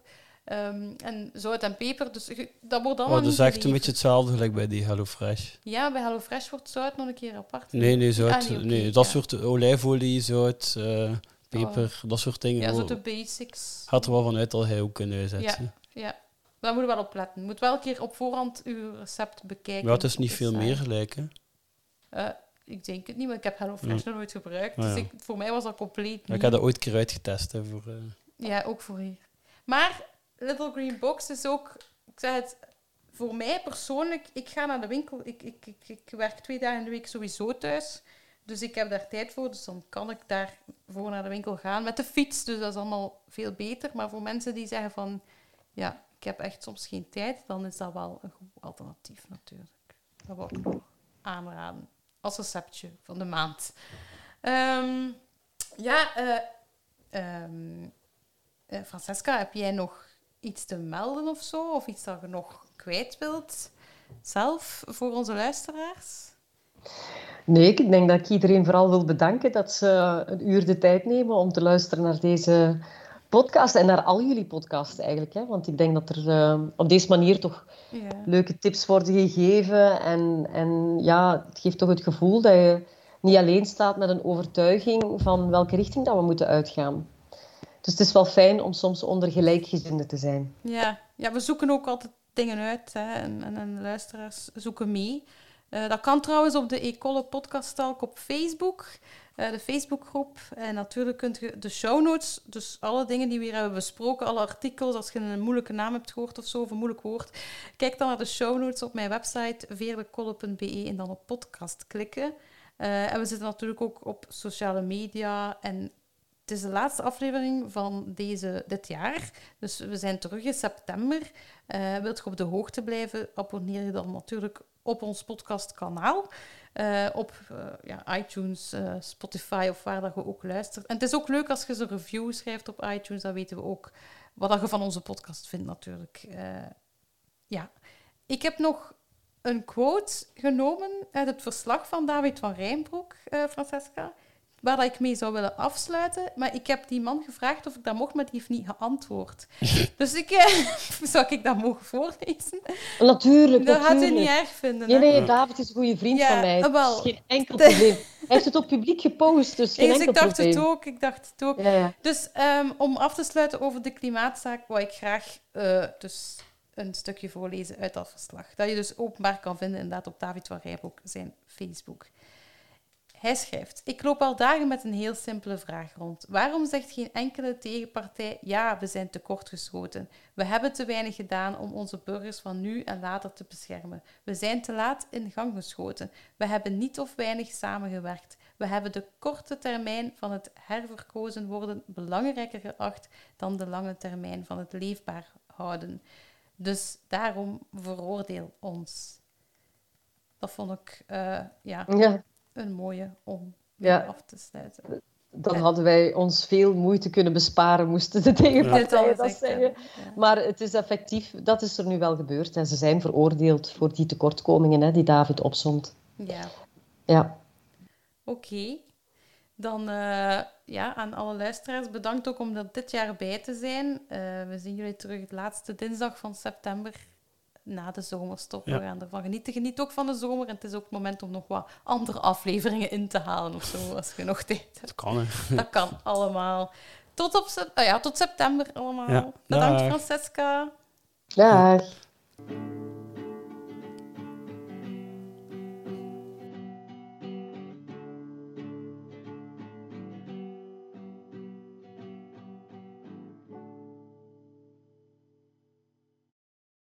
En zout en peper. Dus dat wordt allemaal dat is echt een beetje hetzelfde gelijk bij die HelloFresh. Ja, bij HelloFresh wordt zout nog een keer apart. Nee, zout. Dat soort olijfolie, zout, peper, dat soort dingen. Ja, zo de basics. Gaat er wel vanuit dat hij ook in huis zet. Ja. Daar moet je wel op letten. Je moet wel een keer op voorhand uw recept bekijken. Maar het is niet veel meer gelijk, hè? Ik denk het niet, want ik heb HelloFresh nog nooit gebruikt. Dus voor mij was dat compleet niet. Ik heb dat ooit een keer uitgetest. Hè, Ja, ook voor hier. Maar Little Green Box is ook... Ik zeg het, voor mij persoonlijk... Ik ga naar de winkel. Ik werk 2 dagen in de week sowieso thuis. Dus ik heb daar tijd voor. Dus dan kan ik daarvoor naar de winkel gaan met de fiets. Dus dat is allemaal veel beter. Maar voor mensen die zeggen van... Ja, ik heb echt soms geen tijd. Dan is dat wel een goed alternatief natuurlijk. Dat wil ik nog aanraden. Als receptje van de maand. Francesca, heb jij nog iets te melden of zo? Of iets dat je nog kwijt wilt? Zelf, voor onze luisteraars? Nee, ik denk dat ik iedereen vooral wil bedanken dat ze een uur de tijd nemen om te luisteren naar deze podcast. En naar al jullie podcasts eigenlijk. Hè? Want ik denk dat er op deze manier toch leuke tips worden gegeven. En ja, het geeft toch het gevoel dat je niet alleen staat met een overtuiging van welke richting dat we moeten uitgaan. Dus het is wel fijn om soms onder gelijkgezinden te zijn. Ja, we zoeken ook altijd dingen uit. Hè, en de luisteraars zoeken mee. Dat kan trouwens op de Ecole Podcastalk op Facebook. De Facebookgroep. En natuurlijk kunt je de show notes, dus alle dingen die we hier hebben besproken, alle artikels, als je een moeilijke naam hebt gehoord of zo, of een moeilijk woord, kijk dan naar de show notes op mijn website veerlekolle.be en dan op podcast klikken. En we zitten natuurlijk ook op sociale media en het is de laatste aflevering van dit jaar. Dus we zijn terug in september. Wilt je op de hoogte blijven, abonneer je dan natuurlijk op ons podcastkanaal. Op iTunes, Spotify of waar dat je ook luistert. En het is ook leuk als je zo'n review schrijft op iTunes. Dan weten we ook wat je van onze podcast vindt natuurlijk. Ik heb nog een quote genomen uit het verslag van David van Rijnbroek, Francesca, waar dat ik mee zou willen afsluiten. Maar ik heb die man gevraagd of ik dat mocht, maar die heeft niet geantwoord. Dus zou ik dat mogen voorlezen? Natuurlijk. Dat gaat u niet erg vinden. Nee, David is een goede vriend van mij. Wel. Dat is geen enkel probleem. Hij heeft het op publiek gepost, dus geen enkel probleem. Ik dacht het ook. Ja. Dus om af te sluiten over de klimaatzaak, wou ik graag dus een stukje voorlezen uit dat verslag. Dat je dus openbaar kan vinden inderdaad op David van Rijbroek zijn Facebook. Hij schrijft: ik loop al dagen met een heel simpele vraag rond. Waarom zegt geen enkele tegenpartij, ja, we zijn tekortgeschoten. We hebben te weinig gedaan om onze burgers van nu en later te beschermen. We zijn te laat in gang geschoten. We hebben niet of weinig samengewerkt. We hebben de korte termijn van het herverkozen worden belangrijker geacht dan de lange termijn van het leefbaar houden. Dus daarom veroordeel ons. Dat vond ik, een mooie om af te sluiten. Dan hadden wij ons veel moeite kunnen besparen, moesten de tegenpartijen dat zeggen. Ja. Maar het is effectief, dat is er nu wel gebeurd. En ze zijn veroordeeld voor die tekortkomingen die David opsomt. Ja. Ja. Oké. Dan aan alle luisteraars bedankt ook om er dit jaar bij te zijn. We zien jullie terug de laatste dinsdag van september na de zomerstop. Ja. We gaan ervan genieten. Geniet ook van de zomer. En het is ook het moment om nog wat andere afleveringen in te halen of zo, als je nog tijd hebt. Dat kan, hè. Dat kan allemaal. Tot september allemaal. Ja. Bedankt, Dag. Francesca. Dag.